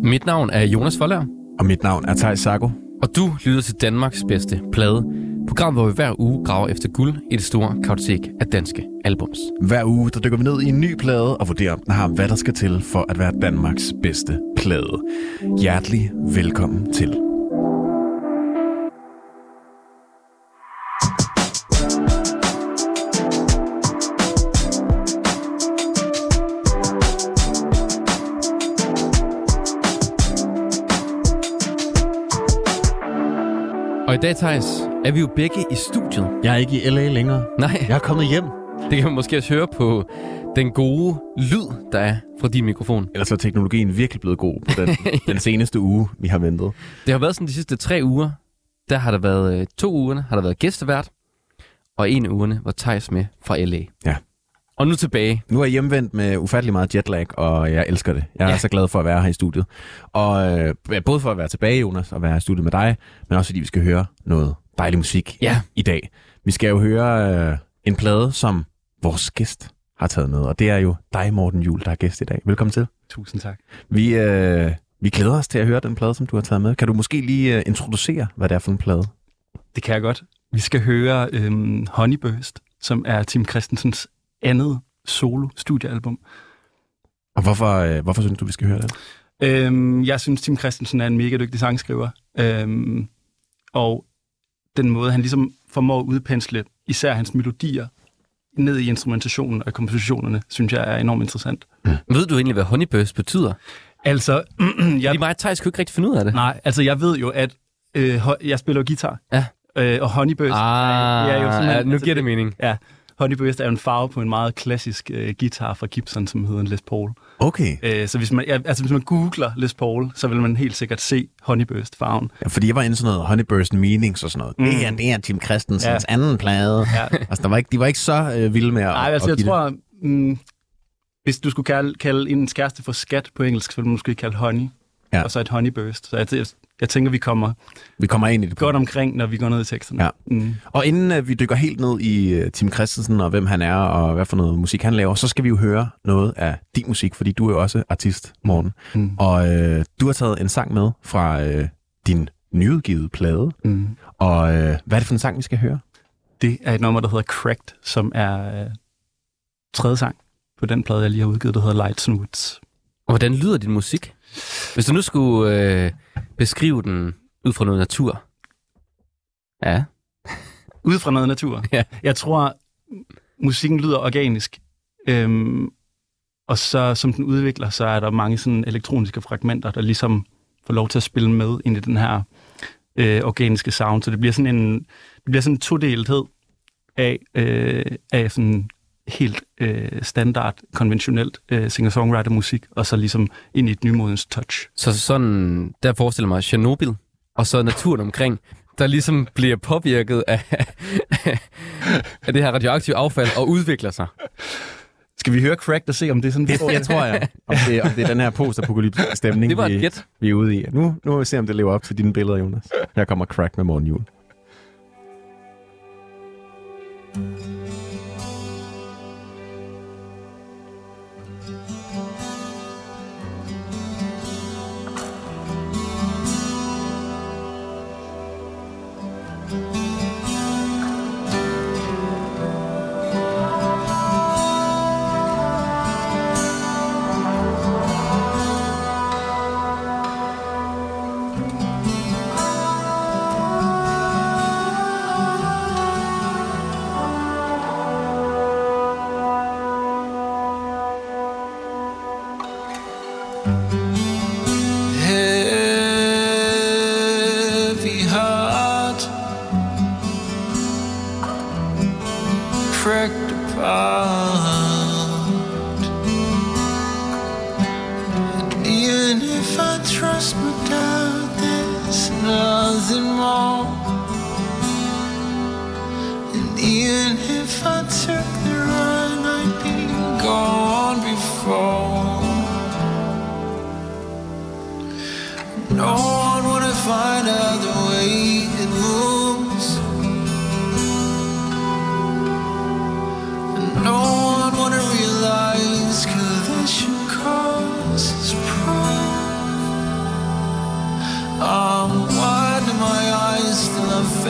Mit navn er Jonas Forlager. Og mit navn er Theis Sago. Og du lytter til Danmarks bedste plade. Program, hvor vi hver uge graver efter guld i det store kartotek af danske albums. Hver uge der dykker vi ned i en ny plade og vurderer, om den har, hvad der skal til for at være Danmarks bedste plade. Hjertelig velkommen til. Og i dag, Theis, er vi jo begge i studiet. Jeg er ikke i LA længere. Nej. Jeg er kommet hjem. Det kan man måske også høre på den gode lyd, der er fra din mikrofon. Ellers er teknologien virkelig blevet god på den seneste uge, vi har ventet. Det har været sådan de sidste 3 uger. Der har der været 2 uger, har der været gæstevært. Og 1 uge var Theis med fra LA. Ja. Og nu tilbage. Nu er jeg hjemvendt med ufattelig meget jetlag, og jeg elsker det. Jeg er så glad for at være her i studiet. Og både for at være tilbage, Jonas, og være i studiet med dig, men også fordi vi skal høre noget dejlig musik i dag. Vi skal jo høre en plade, som vores gæst har taget med, og det er jo dig, Morten Juhl, der er gæst i dag. Velkommen til. Tusind tak. Vi glæder os til at høre den plade, som du har taget med. Kan du måske lige introducere, hvad det er for en plade? Det kan jeg godt. Vi skal høre Honeyburst, som er Tim Christensens andet solo-studiealbum. Og hvorfor synes du, vi skal høre det? Jeg synes, Tim Christensen er en mega dygtig sangskriver. Og den måde, han ligesom formår at udpensle især hans melodier ned i instrumentationen og kompositionerne, synes jeg er enormt interessant. Ved du egentlig, hvad Honeyburst betyder? Altså, Fordi mig og Theis kunne ikke rigtig finde ud af det. Nej, altså jeg ved jo, at jeg spiller jo guitar. Ja. Og Honeyburst er jo sådan... nu giver det mening. Ja. Honeyburst er jo en farve på en meget klassisk guitar fra Gibson, som hedder en Les Paul. Okay. Så hvis man googler Les Paul, så vil man helt sikkert se Honeyburst-farven. Ja, fordi jeg var inde i sådan noget Honeyburst Meanings og sådan noget. Det er Tim Christensens anden plade. Ja. Altså, de var ikke så vilde med at... Nej, altså jeg tror, hvis du skulle kalde en kæreste for skat på engelsk, så ville man måske kalde honey, og så et Honeyburst. Så jeg tænker, vi kommer ind i det godt omkring, når vi går ned i teksterne. Ja. Og inden vi dykker helt ned i Tim Christensen og hvem han er og hvad for noget musik han laver, så skal vi jo høre noget af din musik, fordi du er jo også artist, Morten. Og du har taget en sang med fra din nyudgivede plade. Og hvad er det for en sang, vi skal høre? Det er et nummer, der hedder Cracked, som er tredje sang på den plade, jeg lige har udgivet, der hedder Lights and Woods. Og hvordan lyder din musik? Hvis du nu skulle beskrive den ud fra noget natur. Ja. Ud fra noget natur? Ja. Jeg tror, musikken lyder organisk. Og så som den udvikler, så er der mange sådan elektroniske fragmenter, der ligesom får lov til at spille med ind i den her organiske sound. Så det bliver sådan en todelthed af sådan helt standard, konventionelt singer-songwriter-musik, og så ligesom ind i et nymodens touch. Så sådan, der forestiller mig Chernobyl, og så naturen omkring, der ligesom bliver påvirket af det her radioaktive affald og udvikler sig. Skal vi høre Cracked og se, om det er sådan? Jeg tror, om det er den her post-apokalyptiske stemning, det var et gæt. Vi er ude i. Nu vil vi se, om det lever op til dine billeder, Jonas. Her kommer Cracked med Morten Juhl.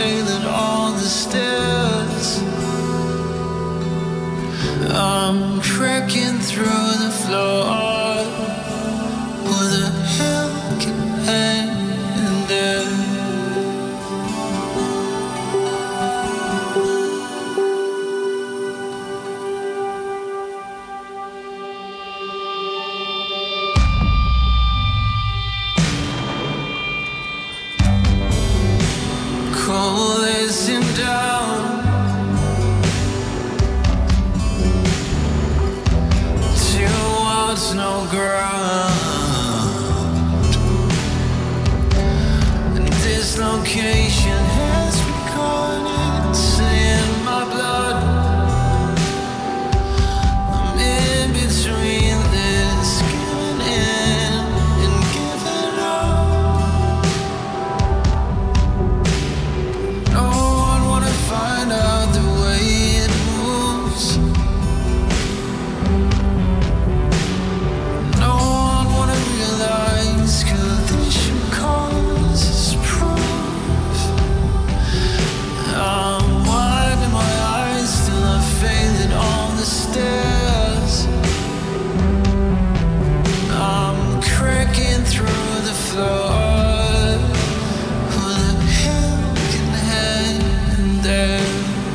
failing on the stairs. I'm cracking through the floor with a hell can hang there. Coalescing down towards no ground. Dislocation has begun. It's in my blood. I'm in between this giving in and giving up. No one wanna find out the way it moves. No one wanna realize collision causes proof. I'm wiping my eyes till I faded on the stairs. I'm cracking through the floor. Who the hell can hang there?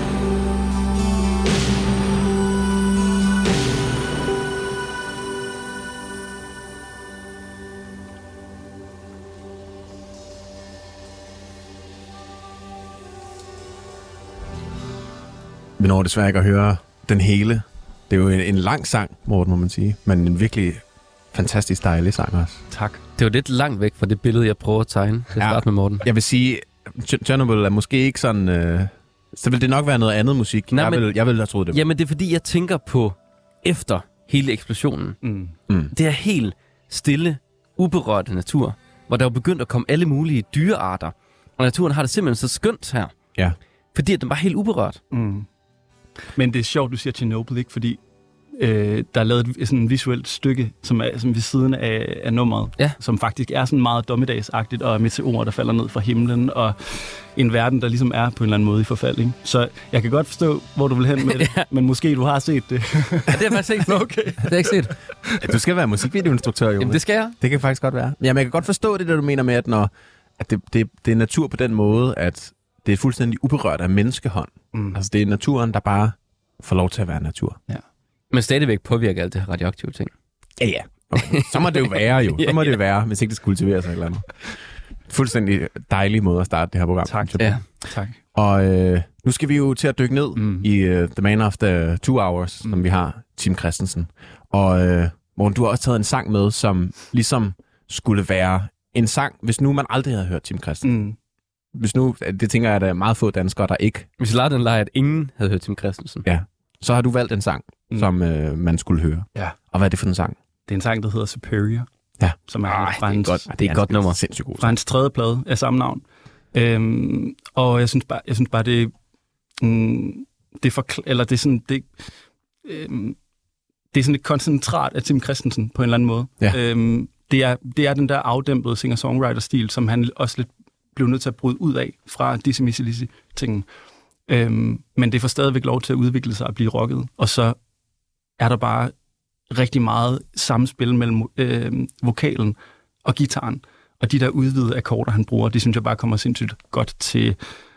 Vi når desværre ikke at høre den hele. Det er jo en lang sang, Morten, må man sige. Men en virkelig fantastisk dejlig sang også. Tak. Det var lidt langt væk fra det billede, jeg prøver at tegne til at starte med, Morten. Jeg vil sige, Chernobyl er måske ikke sådan... så vil det nok være noget andet musik. Nej, jeg vil have troet det. Jamen, det er fordi, jeg tænker på efter hele eksplosionen. Det er helt stille, uberørte natur, hvor der er begyndt at komme alle mulige dyrearter. Og naturen har det simpelthen så skønt her. Ja. Fordi at den var helt uberørt. Men det er sjovt, du siger Chernobyl, ikke? Fordi der er lavet sådan et visuelt stykke, som er ved siden af nummeret, som faktisk er sådan meget dommedagsagtigt, og meteorer, der falder ned fra himlen, og en verden, der ligesom er på en eller anden måde i forfald. Ikke? Så jeg kan godt forstå, hvor du vil hen med det, men måske du har set det. Ja, det har jeg faktisk ikke set. Okay. Det har jeg ikke set. Ja, du skal være musikvideoinstruktør, jo. Jamen, det skal jeg. Det kan faktisk godt være. Jamen, jeg kan godt forstå det, der du mener med, at det er natur på den måde, at det er fuldstændig uberørt af menneskehånd. Altså, det er naturen, der bare får lov til at være natur. Ja. Men stadigvæk påvirker alt det her radioaktive ting. Ja. Okay. Så må det jo være, jo. Så må det jo være, hvis ikke det skal kultiveres eller andet. Fuldstændig dejlig måde at starte det her program. Tak. Ja. Tak. Og nu skal vi jo til at dykke ned i The Man of the 2 Hours, som vi har, Tim Christensen. Og Morten, du har også taget en sang med, som ligesom skulle være en sang, hvis nu man aldrig havde hørt Tim Christensen. Hvis nu, det tænker jeg, at der er meget få danskere, der ikke... Hvis vi lader den lege, at ingen havde hørt Tim Christensen. Ja. Så har du valgt en sang, som man skulle høre. Ja. Og hvad er det for en sang? Det er en sang, der hedder Superior. Ja. Som er fra hans, det er et godt nummer. Sindssygt god. Fra hans tredje plade af samme navn. Og jeg synes bare det er sådan et koncentrat af Tim Christensen på en eller anden måde. Ja. Det er den der afdæmpede singer-songwriter-stil, som han også lidt blev nødt til at bryde ud af fra Dizzy Mizzy Lizzy-tingen. Men det får stadigvæk lov til at udvikle sig og blive rocket. Og så er der bare rigtig meget samspil mellem vokalen og gitaren. Og de der udvidede akkorder, han bruger, det synes jeg bare kommer sindssygt godt til...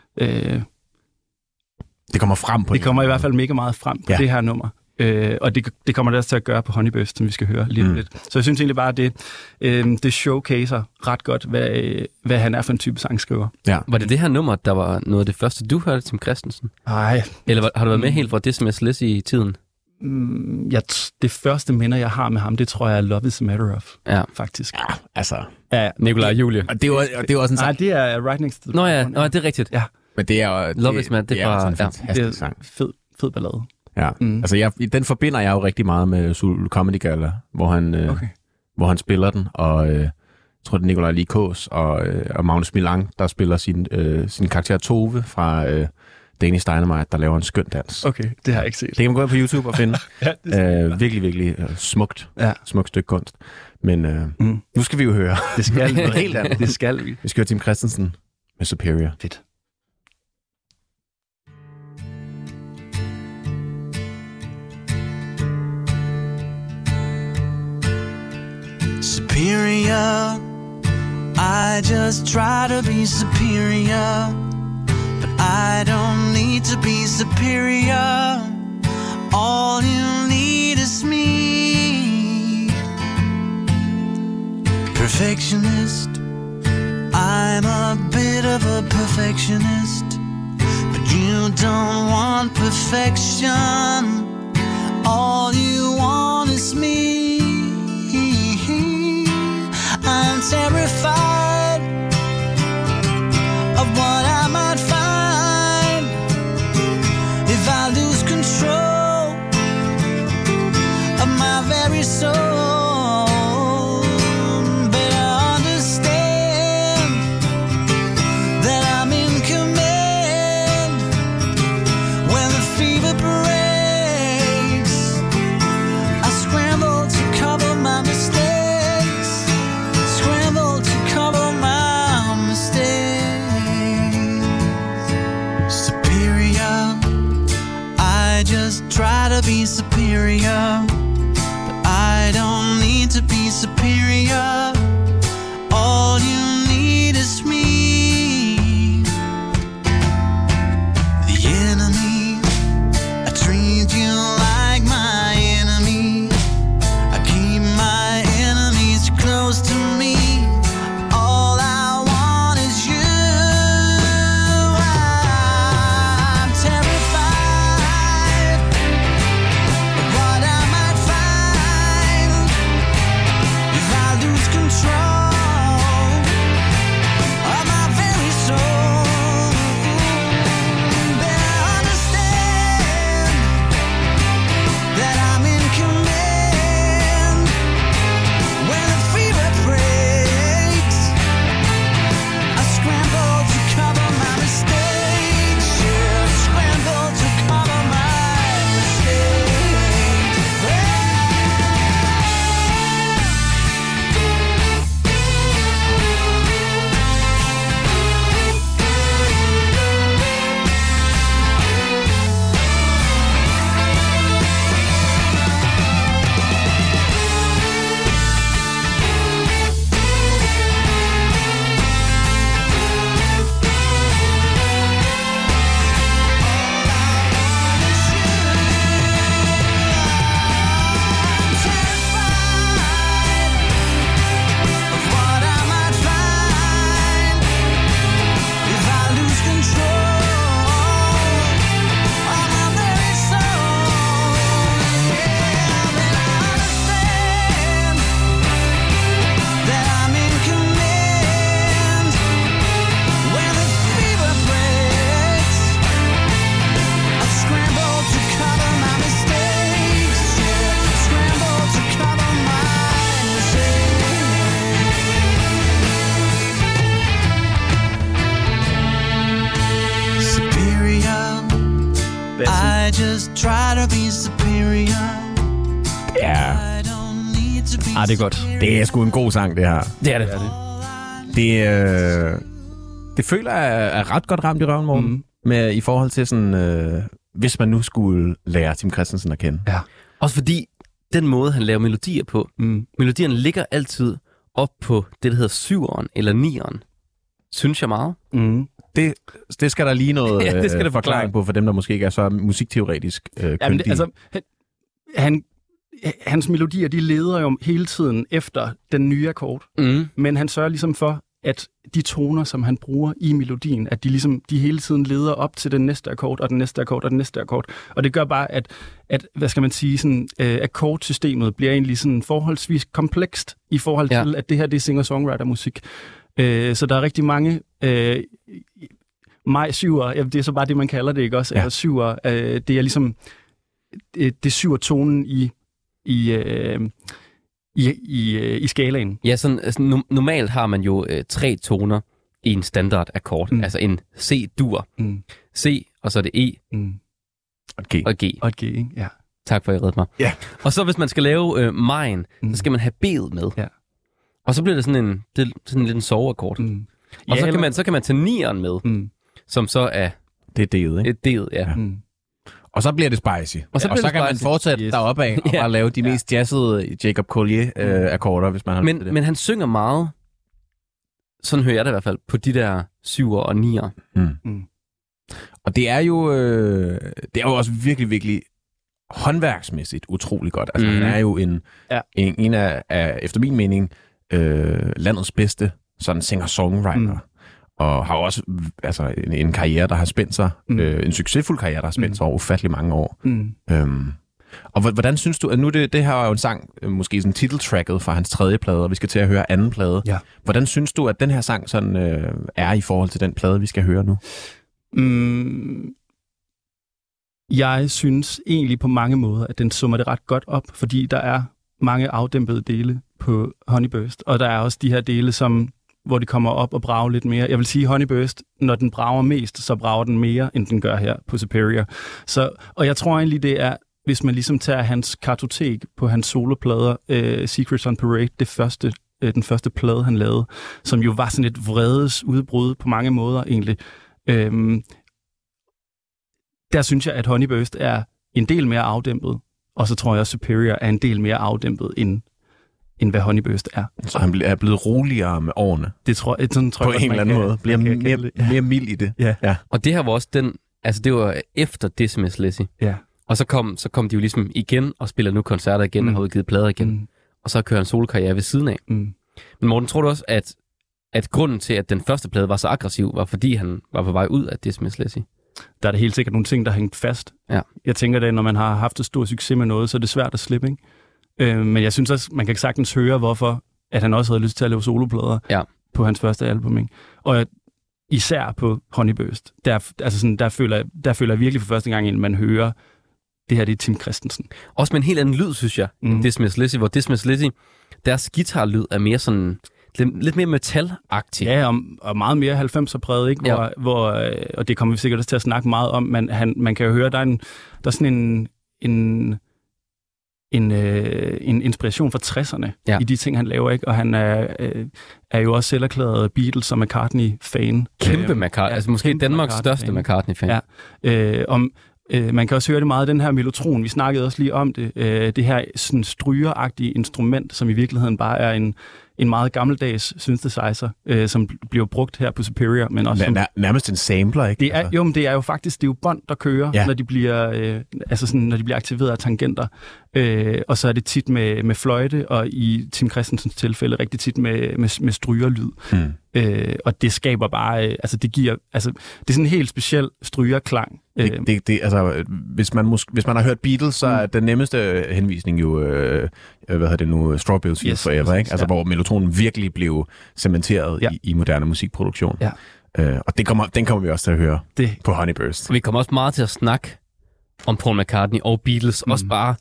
Det kommer frem på det. Det kommer i hvert fald mega meget frem på det her nummer. Og det kommer det også til at gøre på Honeyburst, som vi skal høre lige lidt. Så jeg synes egentlig bare, at det showcaser ret godt, hvad han er for en type sangskriver. Ja. Var det her nummer, der var noget af det første, du hørte Tim Christensen? Nej. Eller har du været med helt fra Dismiss Lizzy i tiden? Det første minder, jeg har med ham, det tror jeg er Love is a Matter of, faktisk. Ja, altså... Ja, Nikolaj og Julie. Og det er også en sang. Nej, det er Right Next to the... Nå, det er rigtigt. Ja. Men det er... Love is a Matter, det er en fantastisk sang. Fed ballade. Ja, altså den forbinder jeg jo rigtig meget med Zulu Comedy Gala, hvor han spiller den, og jeg tror det er Nikolaj Likås og Magnus Milang, der spiller sin karakter Tove fra Danish Dynamite, der laver en skøn dans. Okay, det har jeg ikke set. Det kan man gå ind på YouTube og finde. Virkelig, virkelig smukt stykke kunst. Men nu skal vi jo høre. Det skal vi. Helt andet. Det skal vi. Vi skal høre Tim Christensen med Superior. Fedt. superior. I just try to be superior, but I don't need to be superior. All you need is me. Perfectionist, I'm a bit of a perfectionist, but you don't want perfection. All you want is me. I'm terrified of what I might find if I lose control of my very soul. Better understand that I'm in command. When the fever breaks, I scramble to cover my mistakes. Try to be superior, but I don't need to be superior. All you need is me. The enemy, I treat you like my enemy. I keep my enemies close to me. All I want is you. I'm terrified of what I might find if I lose control of my very soul. Better understand that I'm in command. When the fever breaks, I scramble to cover my mistakes. Yeah, scramble to cover my mistakes. I just try to be superior. Ja. I don't need to be Ah, det er godt. Det er sgu en god sang, det her. Det er det. Det føler jeg er ret godt ramt i røven, Morten. Med, i forhold til sådan, hvis man nu skulle lære Tim Christensen at kende. Ja. Også fordi den måde, han laver melodier på, melodierne ligger altid op på det, der hedder 7'eren eller 9'eren. Synes jeg meget. Det skal der lige noget Ja, det skal der forklaring på, for dem, der måske ikke er så musikteoretisk Jamen, kyndige. altså, hans melodier, de leder jo hele tiden efter den nye akkord. Men han sørger ligesom for, at de toner, som han bruger i melodien, at de hele tiden leder op til den næste akkord, og den næste akkord, og den næste akkord. Og det gør bare, at hvad skal man sige, sådan, akkordsystemet bliver egentlig sådan forholdsvis komplekst i forhold til, at det her, det er singer-songwriter-musik. Så der er rigtig mange maj-syver, det er så bare det, man kalder det, ikke også? Eller syver, det er ligesom, det syver tonen i skalaen. Ja, sådan, altså, normalt har man jo 3 toner i en standard akkord. Altså en C-dur. C, og så er det E. Og G. Og G. Og et G, ikke? Ja. Tak for, at I reddede mig. Ja. Og så hvis man skal lave majen, så skal man have B'et med. Ja. Og så bliver det sådan en lidt en soveakkord. Og så kan man tage 9'eren med, som så er det er D'et, ikke? D'et, ja. Og så bliver det spicy. Og så kan man fortsætte deroppe af og bare lave de mest jazzede Jacob Collier-akkorder, hvis man har lyst til det. Men han synger meget, sådan hører jeg det i hvert fald, på de der 7'er og 9'er. Og det er jo også virkelig, virkelig håndværksmæssigt utrolig godt. Altså han er jo en af, efter min mening, landets bedste sådan singer-songwriter. Og har også en karriere, der har spændt sig, en succesfuld karriere, der har spændt sig over ufattelig mange år. Og hvordan synes du, at nu det her er jo en sang, måske sådan titeltracket fra hans tredje plade, og vi skal til at høre anden plade. Ja. Hvordan synes du, at den her sang sådan er i forhold til den plade, vi skal høre nu? Jeg synes egentlig på mange måder, at den summer det ret godt op, fordi der er mange afdæmpede dele på Honeyburst, og der er også de her dele, hvor de kommer op og brager lidt mere. Jeg vil sige, Honeyburst, når den brager mest, så brager den mere, end den gør her på Superior. Og jeg tror egentlig, det er, hvis man ligesom tager hans kartotek på hans soloplader, Secrets on Parade, den første plade, han lavede, som jo var sådan et vredes udbrud på mange måder egentlig. Der synes jeg, at Honeyburst er en del mere afdæmpet, og så tror jeg, at Superior er en del mere afdæmpet, end hvad Honeyburst er. Så han er blevet roligere med årene? Det tror jeg på en eller anden måde. Bliver mere mild i det. Ja. Og det her var også det var efter Dismiss Lizzy. Ja. Og så kom de jo ligesom igen og spiller nu koncerter igen og har udgivet plader igen. Og så kører en solokarriere ved siden af. Men Morten, tror du også, at grunden til, at den første plade var så aggressiv, var fordi han var på vej ud af Dismiss Lizzy? Der er det helt sikkert nogle ting, der har hængt fast. Ja. Jeg tænker, at når man har haft et stor succes med noget, så er det svært at slippe, ikke? Men jeg synes også, man kan sagtens høre, hvorfor at han også havde lyst til at lave soloplader på hans første album, ikke? Og især på Honeyburst, der føler jeg virkelig for første gang, at man hører, det her det er Tim Christensen. Også med en helt anden lyd, synes jeg, Dismiss Lizzy, hvor Dismiss Lizzy, deres guitarlyd er mere sådan lidt mere metal-agtig. Ja, og meget mere 90'er-præget, ikke? Hvor, og det kommer vi sikkert også til at snakke meget om, men man kan jo høre, der er sådan en inspiration fra 60'erne i de ting, han laver, ikke? Og han er jo også selv erklæret Beatles og McCartney-fan. Kæmpe McCartney, altså måske Danmarks største McCartney-fan. Ja. Man kan også høre det meget, den her mellotron, vi snakkede også lige om det, det her sådan strygeragtige instrument, som i virkeligheden bare er en meget gammeldags synthesizer, som bliver brugt her på Superior. Men også nærmest en sampler, ikke? Det er jo faktisk bånd, der kører, når de bliver aktiveret af tangenter. Og så er det tit med fløjte, og i Tim Christensens tilfælde rigtig tit med strygerlyd. Og det skaber bare, det er sådan en helt speciel strygerklang. Hvis man har hørt Beatles, så er den nemmeste henvisning jo, Strawberry Fields Forever, ikke? Altså hvor melotronen virkelig blev cementeret i moderne musikproduktion. Ja. Og den kommer vi også til at høre på Honeyburst. Vi kommer også meget til at snakke om Paul McCartney og Beatles, også bare,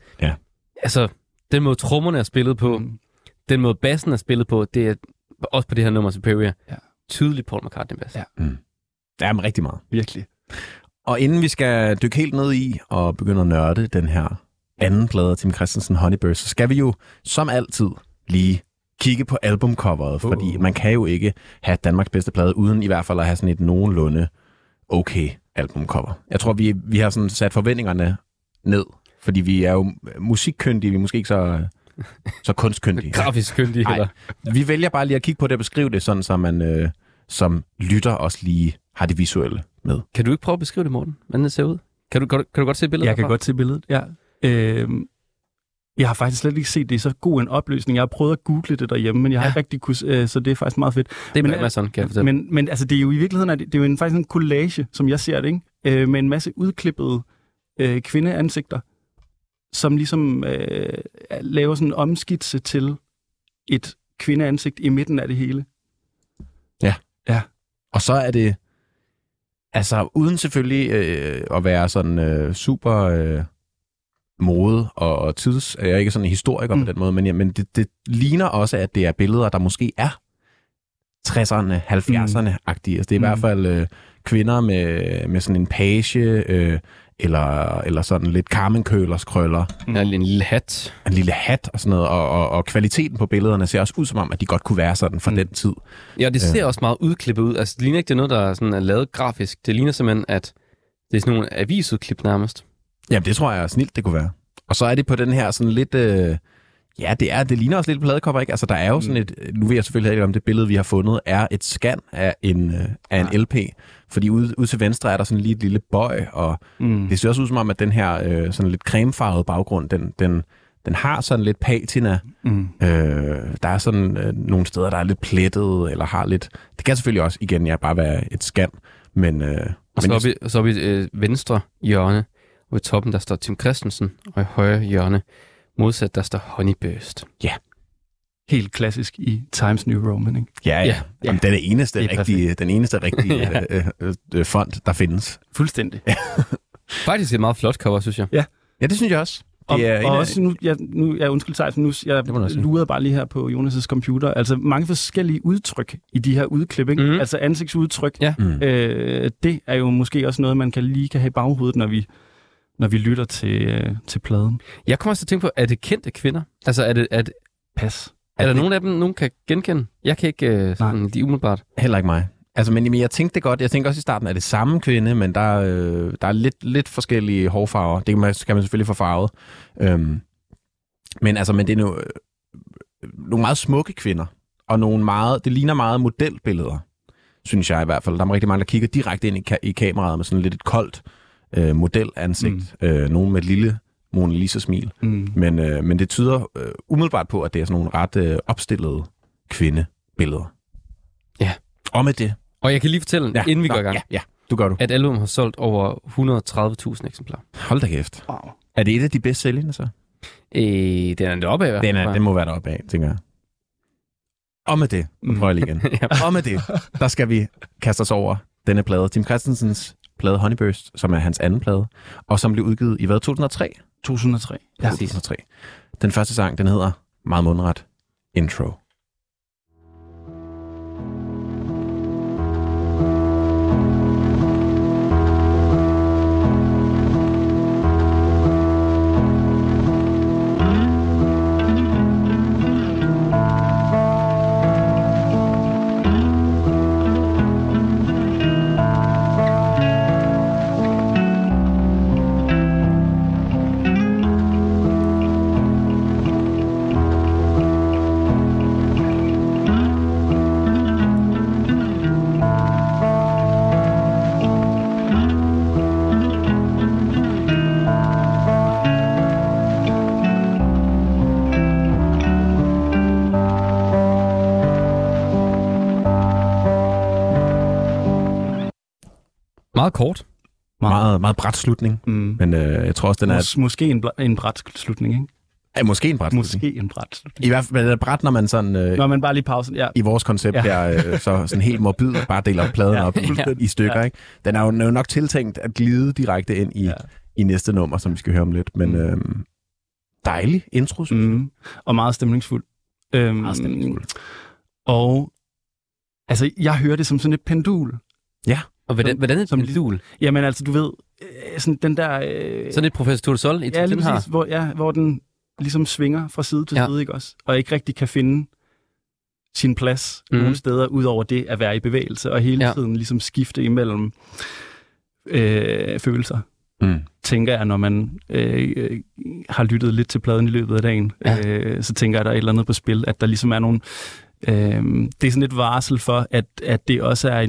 den måde trommerne er spillet på, den måde bassen er spillet på, det er også på det her nummer Superior, tydeligt Paul McCartney-bass. Ja. Ja, men rigtig meget. Virkelig. Og inden vi skal dykke helt ned i og begynde at nørde den her anden plade af Tim Christensen, Honeyburst, så skal vi jo som altid lige kigge på albumcoveret, fordi man kan jo ikke have Danmarks bedste plade, uden i hvert fald at have sådan et nogenlunde okay albumcover. Jeg tror, vi har sådan sat forventningerne ned, fordi vi er jo musikkyndige, vi er måske ikke så kunstkyndige. Grafisk kyndige, eller? Vi vælger bare lige at kigge på det og beskrive det, sådan så man som lytter også lige har det visuelle med. Kan du ikke prøve at beskrive det, Morten? Hvordan det ser ud? Kan du godt se billedet? Jeg kan godt se billedet, ja. Jeg har faktisk slet ikke set det i så god en opløsning. Jeg har prøvet at google det derhjemme, men jeg har ikke rigtig kunnet, så det er faktisk meget fedt. Det er sådan, kan jeg fortælle. Men altså, det er jo i virkeligheden det er jo faktisk en collage, som jeg ser det, ikke? Med en masse udklippede kvindeansigter, som ligesom laver sådan en omskitse til et kvindeansigt i midten af det hele. Ja. Og så er det, altså uden selvfølgelig at være sådan super mode og tids, jeg er ikke sådan en historiker på den måde, men det ligner også, at det er billeder, der måske er 60'erne, 70'erne-agtige. Altså, det er i hvert fald kvinder med sådan en page, eller sådan lidt Carmen Køhlers krøller. Ja, en lille hat. En lille hat og sådan noget, og kvaliteten på billederne ser også ud som om, at de godt kunne være sådan fra den tid. Ja, det ser også meget udklippet ud. Altså, det ligner ikke, det er noget, der er, sådan, er lavet grafisk. Det ligner simpelthen, at det er sådan nogle avisudklip nærmest. Jamen, det tror jeg snilt, det kunne være. Og så er det på den her sådan lidt... det ligner også lidt pladecover, ikke? Altså, der er jo sådan et... Nu ved jeg selvfølgelig ikke, om det billede, vi har fundet, er et scan af en LP. Fordi ude til venstre er der sådan lige et lille bøj, og det ser også ud som om, at den her sådan lidt cremefarvede baggrund, den har sådan lidt patina. Der er sådan nogle steder, der er lidt plettet, eller har lidt... Det kan selvfølgelig også, igen, bare være et scan, men... Og så oppe i venstre hjørne, og i toppen, der står Tim Christensen, og i højre hjørne, modsat, der står Honeyburst. Ja. Helt klassisk i Times New Roman, ikke? Ja. Jamen, den eneste rigtige font, der findes. Fuldstændig. Faktisk et meget flot cover, synes jeg. Ja, det synes jeg også. Og også nu jeg undskyld Thijs, jeg lurede bare lige her på Jonas' computer. Altså mange forskellige udtryk i de her udklip, ikke? Altså ansigtsudtryk. Ja. Det er jo måske også noget, man kan have i baghovedet, når vi lytter til pladen. Jeg kommer også til at tænke på, er det kendte kvinder? Altså er det pas? Er der nogen af dem, nogen kan genkende? Jeg kan ikke sådan de umiddelbart. Heller ikke mig. Altså, men jeg tænkte det godt. Jeg tænkte også i starten, at det samme kvinde, men der er lidt forskellige hårfarver. Det kan man selvfølgelig få farvet. Men det er nogle meget smukke kvinder, og det ligner meget modelbilleder, synes jeg i hvert fald. Der er rigtig mange, der kigger direkte ind i kameraet med sådan lidt et koldt modelansigt. Nogen med et lille Mona Lisa-smil. Men det tyder umiddelbart på, at det er sådan nogle ret opstillede kvindebilleder. Ja. Og med det. Og jeg kan lige fortælle, inden vi går i gang, du gør du. At albumet har solgt over 130.000 eksemplarer. Hold da kæft. Wow. Er det et af de bedst sælgende så? Den er deroppe af. Den må være deroppe af, tænker jeg. Og med det, prøver jeg lige igen. Og med det, der skal vi kaste os over denne plade. Tim Christensens plade Honeyburst, som er hans anden plade, og som blev udgivet i 2003? 2003. Ja, 2003. Den første sang, den hedder meget mundret Intro. Meget kort. Meget brat slutning. Men jeg tror også, den er... Måske en brat slutning, ikke? Ja, måske en brat slutning. Måske en brat slutning. I hvert fald er det brat, når man sådan... når man bare lige pausen, i vores koncept her, så sådan helt morbid, bare deler pladen op i stykker, ikke? Den er jo nok tiltænkt at glide direkte ind i næste nummer, som vi skal høre om lidt. Men dejlig intro, synes jeg. Og meget stemningsfuld. Meget stemningsfuld. Og altså, jeg hører det som sådan et pendul. Ja. Og hvordan er det et pendul? Jamen altså, du ved, sådan den der... sådan et Professor Tournesol i den her. Hvor den ligesom svinger fra side til side, ikke også? Og ikke rigtig kan finde sin plads nogle steder, ud over det at være i bevægelse, og hele tiden ligesom skifte imellem følelser. Tænker jeg, når man har lyttet lidt til pladen i løbet af dagen, så tænker jeg, at der er et eller andet på spil, at der ligesom er nogle... det er sådan et varsel for, at det også er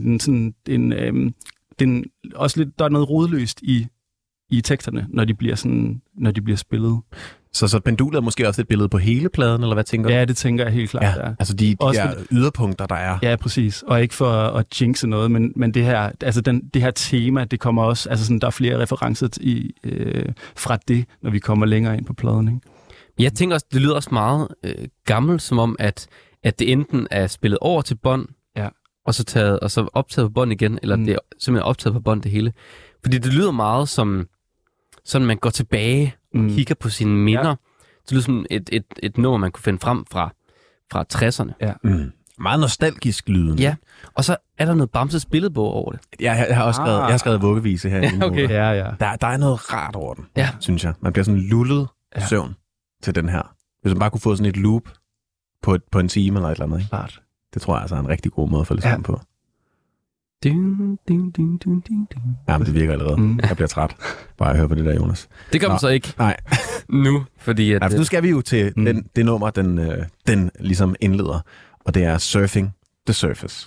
også lidt, der er noget rodløst i teksterne, når de bliver spillet. Så pendulet er måske også et billede på hele pladen, eller hvad tænker du? Ja, det tænker jeg helt klart. Ja. Altså de der yderpunkter, der er. Ja, præcis. Og ikke for at jinxe noget, men det her, altså det her tema, det kommer også, altså sådan, der er flere referencer fra det, når vi kommer længere ind på pladen, ikke? Jeg tænker også, det lyder også meget gammelt, som om, at det enten er spillet over til bånd, og så optaget på bånd igen, eller det er simpelthen optaget på bånd det hele. Fordi det lyder meget som, sådan man går tilbage og kigger på sine minder. Ja. Det lyder som et nummer, man kunne finde frem fra 60'erne. Ja. Meget nostalgisk lyden. Ja, og så er der noget Bamses billedbog over det. Jeg har også skrevet vuggevise her. Okay. Der er noget rart over den, synes jeg. Man bliver sådan lullet søvn til den her. Hvis man bare kunne få sådan et loop på en time eller et eller andet. Ikke? Klart. Det tror jeg altså er en rigtig god måde at få det sammen på. Jamen, det virker allerede. Jeg bliver træt. Bare at høre på det der, Jonas. Det gør man så ikke. Nej. Nu, fordi at... Nej, for nu skal vi jo til det nummer, den ligesom indleder. Og det er Surfing the Surface.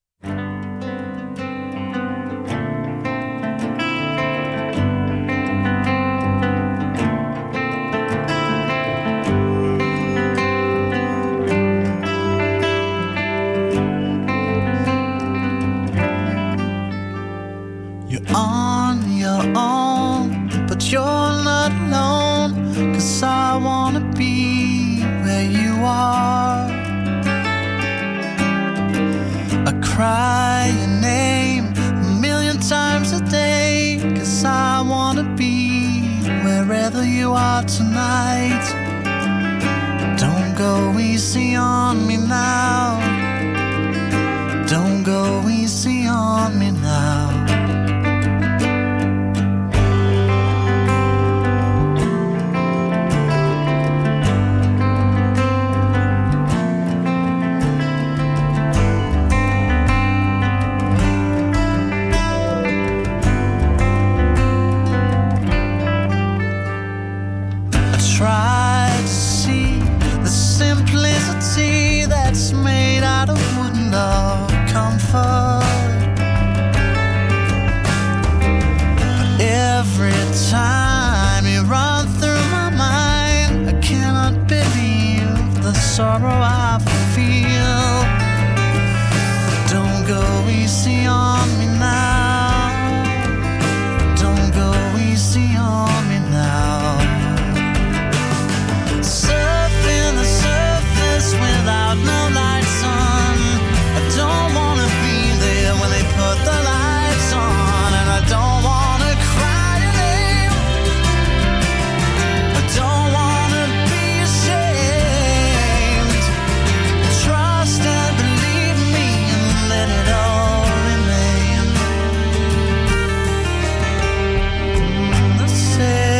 On your own, but you're not alone, 'cause I wanna be where you are. I cry your name a million times a day, 'cause I wanna be wherever you are tonight. Don't go easy on me now. Don't go easy on me now. Try to see the simplicity that's made out of wooden love comfort. But every time you run through my mind, I cannot believe the sorrow I feel. Don't go easy on me now. Don't go easy on me now. Without no lights on, I don't wanna be there when they put the lights on, and I don't wanna cry your name. I don't wanna be ashamed. Trust and believe me and let it all remain the same.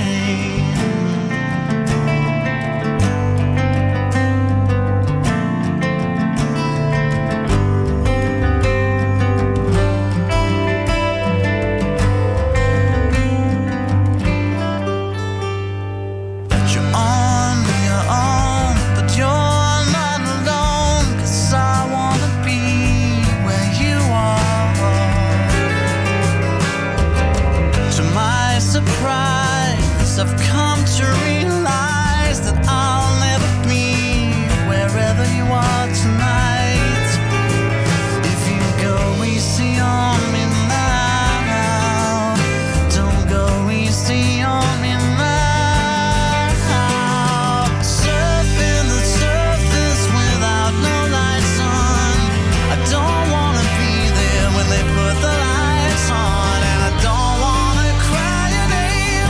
I've come to realize that I'll never be wherever you are tonight. If you go easy on me now, don't go easy on me now. Surfing the surface without no lights on. I don't wanna be there when they put the lights on, and I don't wanna cry your name.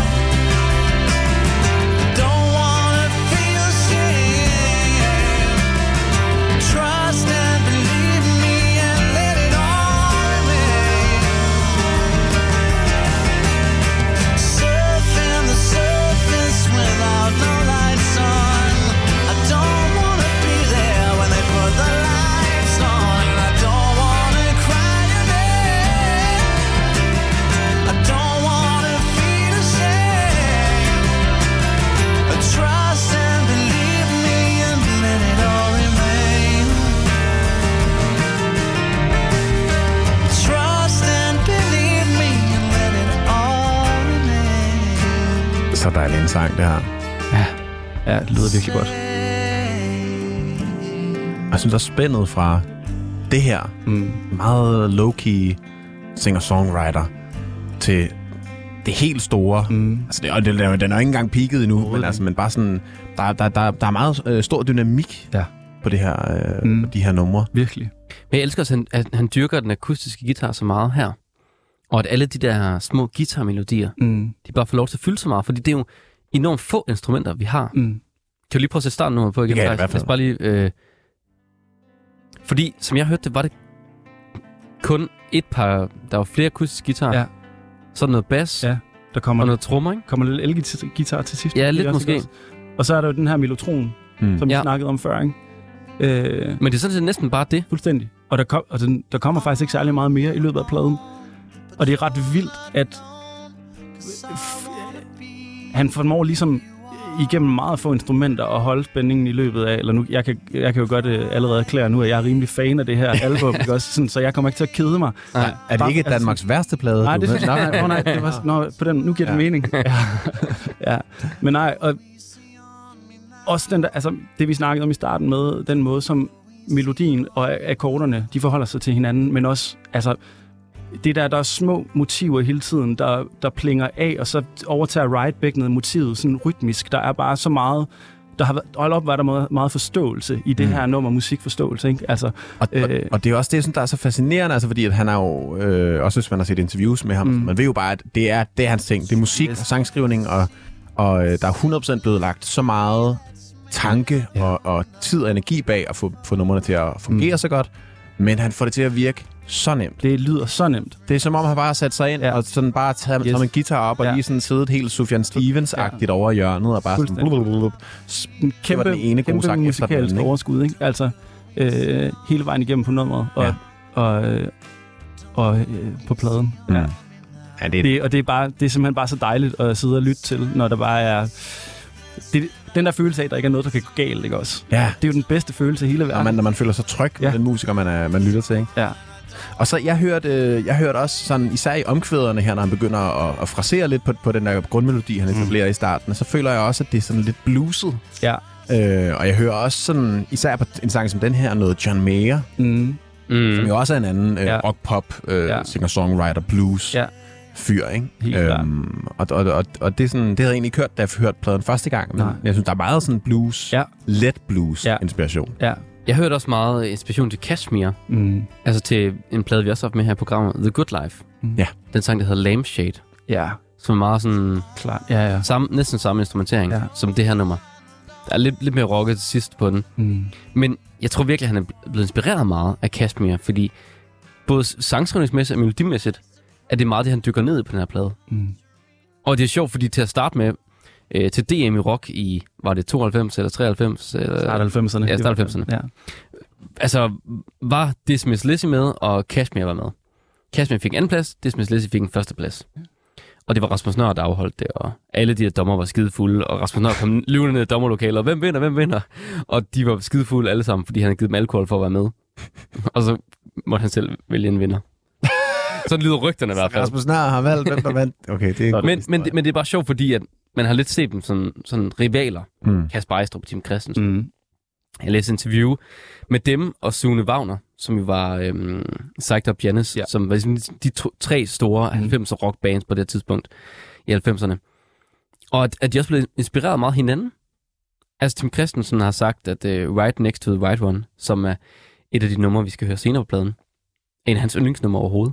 Don't wanna feel shame. Trust and believe me and let it all remain. Surfing the surface without no lights on. I don't wanna be there when they put the lights on, and I don't wanna cry your name. I don't wanna feel ashamed. Trust and believe me and let it all remain. Trust and believe me and let it all remain. Så dejlig en sang, det her. Ja, det lyder virkelig godt. Jeg synes også spændet fra det her meget low-key singer-songwriter til det helt store. Altså den er jo ikke engang peaked endnu, men bare sådan, der er meget stor dynamik på det her, på de her numre. Virkelig. Men jeg elsker også, at han dyrker den akustiske guitar så meget her. Og at alle de der små guitarmelodier, de bare får lov til at fylde så meget. Fordi det er jo enormt få instrumenter, vi har. Kan du lige prøve at sætte starten på igen? Ja, i hvert fald. Bare lige, fordi, som jeg hørte det, var det kun et par... Der var flere akustiske guitarer. Ja. Så noget bas, der kommer og noget trommer, ikke? Kommer lidt elgitar til sidst. Ja, lidt måske. Og så er der jo den her mellotron, som vi snakkede om før, ikke? Men det er sådan set næsten bare det. Fuldstændig. Og der kommer faktisk ikke særlig meget mere i løbet af pladen. Og det er ret vildt, at han formår ligesom igennem meget få instrumenter at holde spændingen i løbet af, eller nu, jeg kan jo godt allerede erklære nu, at jeg er rimelig fan af det her album, ikke også? Sådan, så jeg kommer ikke til at kede mig. Nej, er det ikke Danmarks værste plade? Nej, det synes jeg nej, det var på den, nu giver det mening. Ja. Men nej, og også den der, altså det vi snakkede om i starten med, den måde som melodien og akkorderne, de forholder sig til hinanden, men også, altså det der er små motiver hele tiden, der plinger af, og så overtager Ride-bækkenet motivet sådan rytmisk. Der er bare så meget, var der meget forståelse i det her nummer, musikforståelse, ikke? Altså, og det er også det, der er så fascinerende, altså fordi at han er jo, også hvis man har set interviews med ham, man ved jo bare, at det er hans ting. Det er musik og sangskrivning, og der er 100% blevet lagt så meget tanke og tid og energi bag at få numrene til at fungere så godt, men han får det til at virke så nemt. Det lyder så nemt. Det er som om, han bare har sat sig ind og sådan bare taget en guitar op og lige sådan siddet helt Sufjan Stevens-agtigt over hjørnet og bare sådan kæmpe musikalsk overskud, ikke? Altså hele vejen igennem på nummeret og på pladen. Ja. Og det er simpelthen bare så dejligt at sidde og lytte til, når der bare er den der følelse af, at der ikke er noget, der kan gå galt, ikke også? Ja. Det er jo den bedste følelse i hele verden. Når man føler sig tryg med den musiker, man lytter til, ikke? Ja. Og så, jeg hørte også sådan, især i omkvæderne her, når han begynder at frasere lidt på den der grundmelodi, han etablerer i starten, så føler jeg også, at det er sådan lidt bluset. Ja. Og jeg hører også sådan, især på en sang som den her, noget John Mayer, som jo også er en anden rock-pop, singer-songwriter, blues fyr, ikke? Og det er sådan, det havde jeg egentlig kørt, da jeg hørte pladen første gang, men jeg synes, der er meget sådan blues, let blues-inspiration. Ja. Jeg hørte også meget inspiration til Kashmir. Altså til en plade, vi også har med her i programmet, The Good Life. Ja. Den sang, der hedder Lampshade. Ja. Som er meget sådan... Klar. Ja. Næsten samme instrumentering som det her nummer. Der er lidt mere rocket til sidst på den. Men jeg tror virkelig, han er blevet inspireret meget af Kashmir, fordi både sangskrivningsmæssigt og melodimæssigt, er det meget det, han dykker ned i på den her plade. Og det er sjovt, fordi til at starte med, til DM i rock i, var det 92 eller 93? Start 90'erne. Ja, start 90'erne. Ja. Altså, var Dismiss Lizzy med, og Kashmir var med. Kashmir fik anden plads, Dismiss Lizzy fik en første plads. Og det var Rasmus Nøhr, der afholdt det, og alle de her dommer var skidefulde, og Rasmus Nøhr kom løbende ned i dommerlokalet, og hvem vinder? Og de var skidefulde alle sammen, fordi han havde givet dem alkohol for at være med. Og så måtte han selv vælge en vinder. Sådan lyder rygterne i hvert fald. Rasmus Nøhr har valgt, hvem der vandt. Okay, det er men det er bare sjovt, fordi at man har lidt set dem sådan rivaler. Kasper Ejstrup og Tim Christensen. Jeg læste interview med dem og Sune Wagner, som jo var Psyched Up Janus, som var ligesom de tre store 90'er rockbands på det tidspunkt i 90'erne. Og at de også blev inspireret meget hinanden. Altså Tim Christensen har sagt, at Right Next to the Right One, som er et af de numre, vi skal høre senere på pladen, er en af hans yndlingsnummer overhovedet.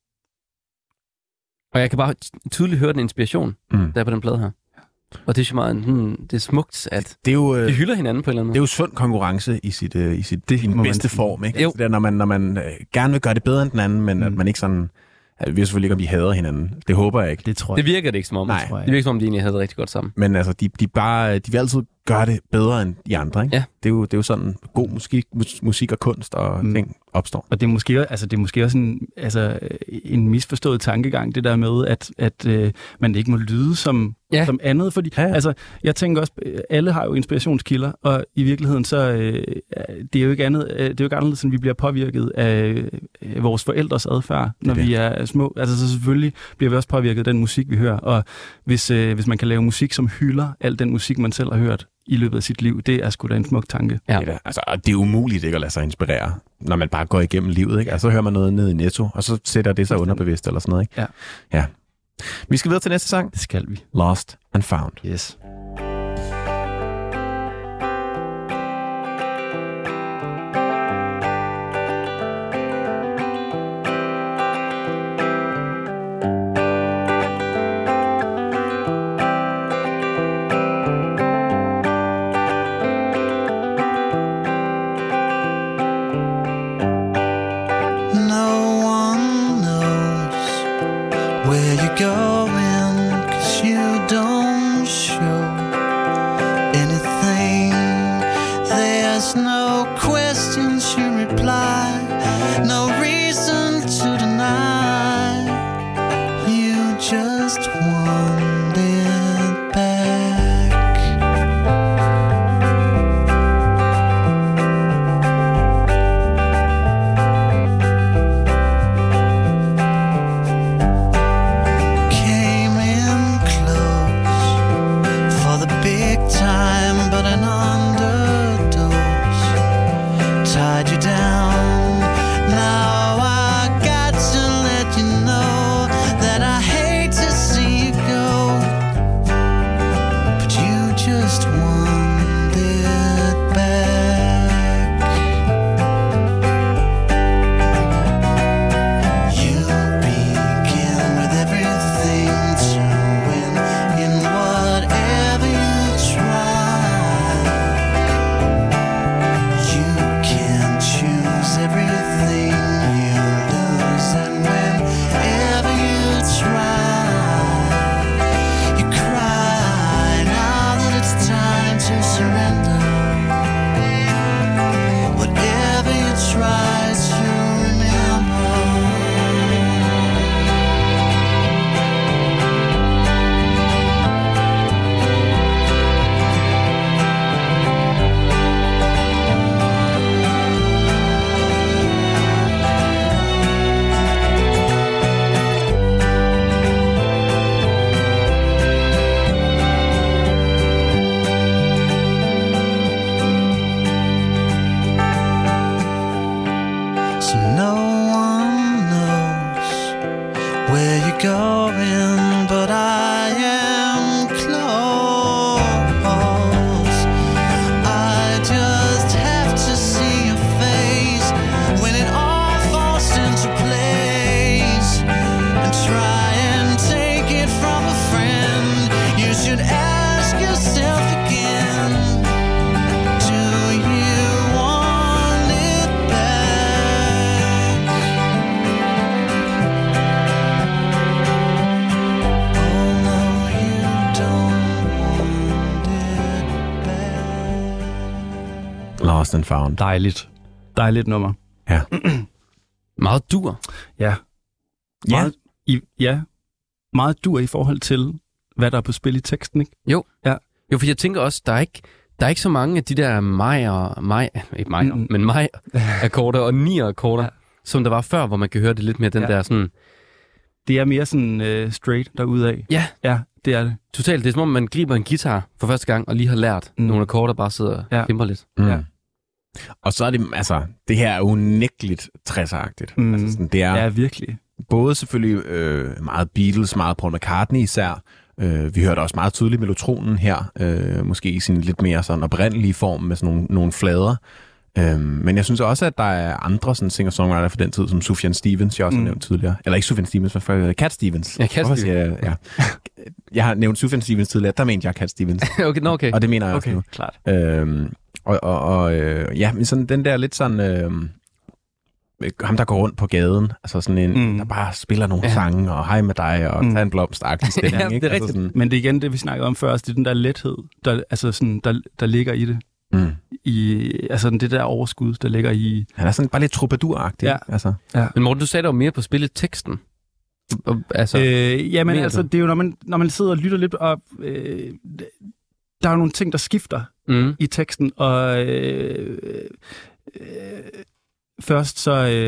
Og jeg kan bare tydeligt høre den inspiration, der er på den plade her. Og det er jo meget, det er smukt, at de hylder hinanden på en eller anden måde. Det er jo sund konkurrence i sit bedste form, ikke? Altså, det er, når man gerne vil gøre det bedre end den anden, men at man ikke sådan... Vi ved selvfølgelig ikke, om de hader hinanden. Det håber jeg ikke. Det tror jeg. Det virker det ikke som om. Nej. Det virker som om, de egentlig havde det rigtig godt sammen. Men altså, de vil altid gøre det bedre end de andre, ikke? Ja. Det er jo sådan, god musik og kunst og ting opstår. Og det er måske også en misforstået tankegang, det der med, at man ikke må lyde som andet. Fordi, altså, jeg tænker også, alle har jo inspirationskilder, og i virkeligheden, så det er jo ikke anderledes, end vi bliver påvirket af vores forældres adfærd, når vi er små. Altså, så selvfølgelig bliver vi også påvirket af den musik, vi hører. Og hvis man kan lave musik, som hylder al den musik, man selv har hørt i løbet af sit liv, det er sgu da en smuk tanke. Ja. Det er umuligt ikke at lade sig inspirere, når man bare går igennem livet, ikke? Altså, så hører man noget ned i Netto, og så sætter det sig underbevidst eller sådan noget, ikke? Ja. Vi skal videre til næste sang. Det skal vi. Lost and Found. Yes. Going, 'cause you don't show. so no one knows where you're going, but I am close. I just have to see your face when it all falls into place, and try and take it from a friend. You should ask yourself again, do you want it back? Oh no, you don't want it back. Lost and Found. Dejligt. Dejligt nummer. Ja. Meget dur. Ja. Meget, meget dur i forhold til, hvad der er på spil i teksten, ikke? Jo. Ja. Jo, for jeg tænker også, der er ikke så mange af de der maj-akkorder og nier-akkorder, som der var før, hvor man kan høre det lidt mere den der sådan... Det er mere sådan straight derudad. Ja. Ja, det er det. Totalt. Det er som om, man griber en guitar for første gang, og lige har lært nogle akkorder, bare sidder og kæmper lidt. Ja. Og så er det, altså, det her er unægteligt 60'er-agtigt. Altså, sådan, det er Ja, virkelig. både selvfølgelig meget Beatles, meget Paul McCartney især. Vi hørte også meget tydeligt melotronen her, måske i sin lidt mere sådan oprindelige form med sådan nogle flader. Men jeg synes også, at der er andre sådan singer-songwriter for den tid, som Sufjan Stevens, jeg også har nævnt tidligere. Eller ikke Sufjan Stevens, men Cat Stevens. Ja, Cat Stevens. Jeg har nævnt Sufjan Stevens tidligere, der mente jeg Cat Stevens. Okay. Og det mener jeg også nu. Klart. Ja, men sådan den der lidt sådan... ham, der går rundt på gaden, altså sådan en, der bare spiller nogle sange, og hej med dig, og tag en blomst-agtig stemning. Ja, det er ikke? rigtigt. Altså sådan, Men det er igen det, vi snakkede om først, det er den der lethed, der ligger i det. Altså det der overskud, der ligger i... han er sådan bare lidt troubadour-agtig. Ja. Altså. Men Morten, du sagde der jo mere på spillet teksten. Altså, Jamen altså, det er jo, når man sidder og lytter lidt, og der er jo nogle ting, der skifter i teksten, og først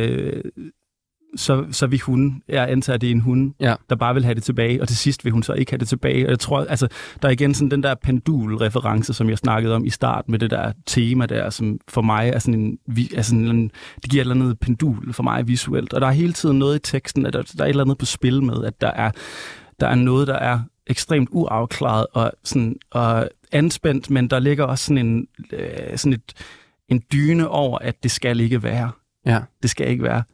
så vil hun, jeg antager, det er en hund, der bare vil have det tilbage, og til sidst vil hun så ikke have det tilbage. Og jeg tror, altså, der er igen sådan den der pendul-reference, som jeg snakkede om i starten, med det der tema der, som for mig er sådan det giver et eller andet pendul for mig visuelt. Og der er hele tiden noget i teksten, at der er et eller andet på spil med, at der er noget, der er ekstremt uafklaret og anspændt, men der ligger også sådan en dyne over, at det skal ikke være. Ja. Det skal ikke være.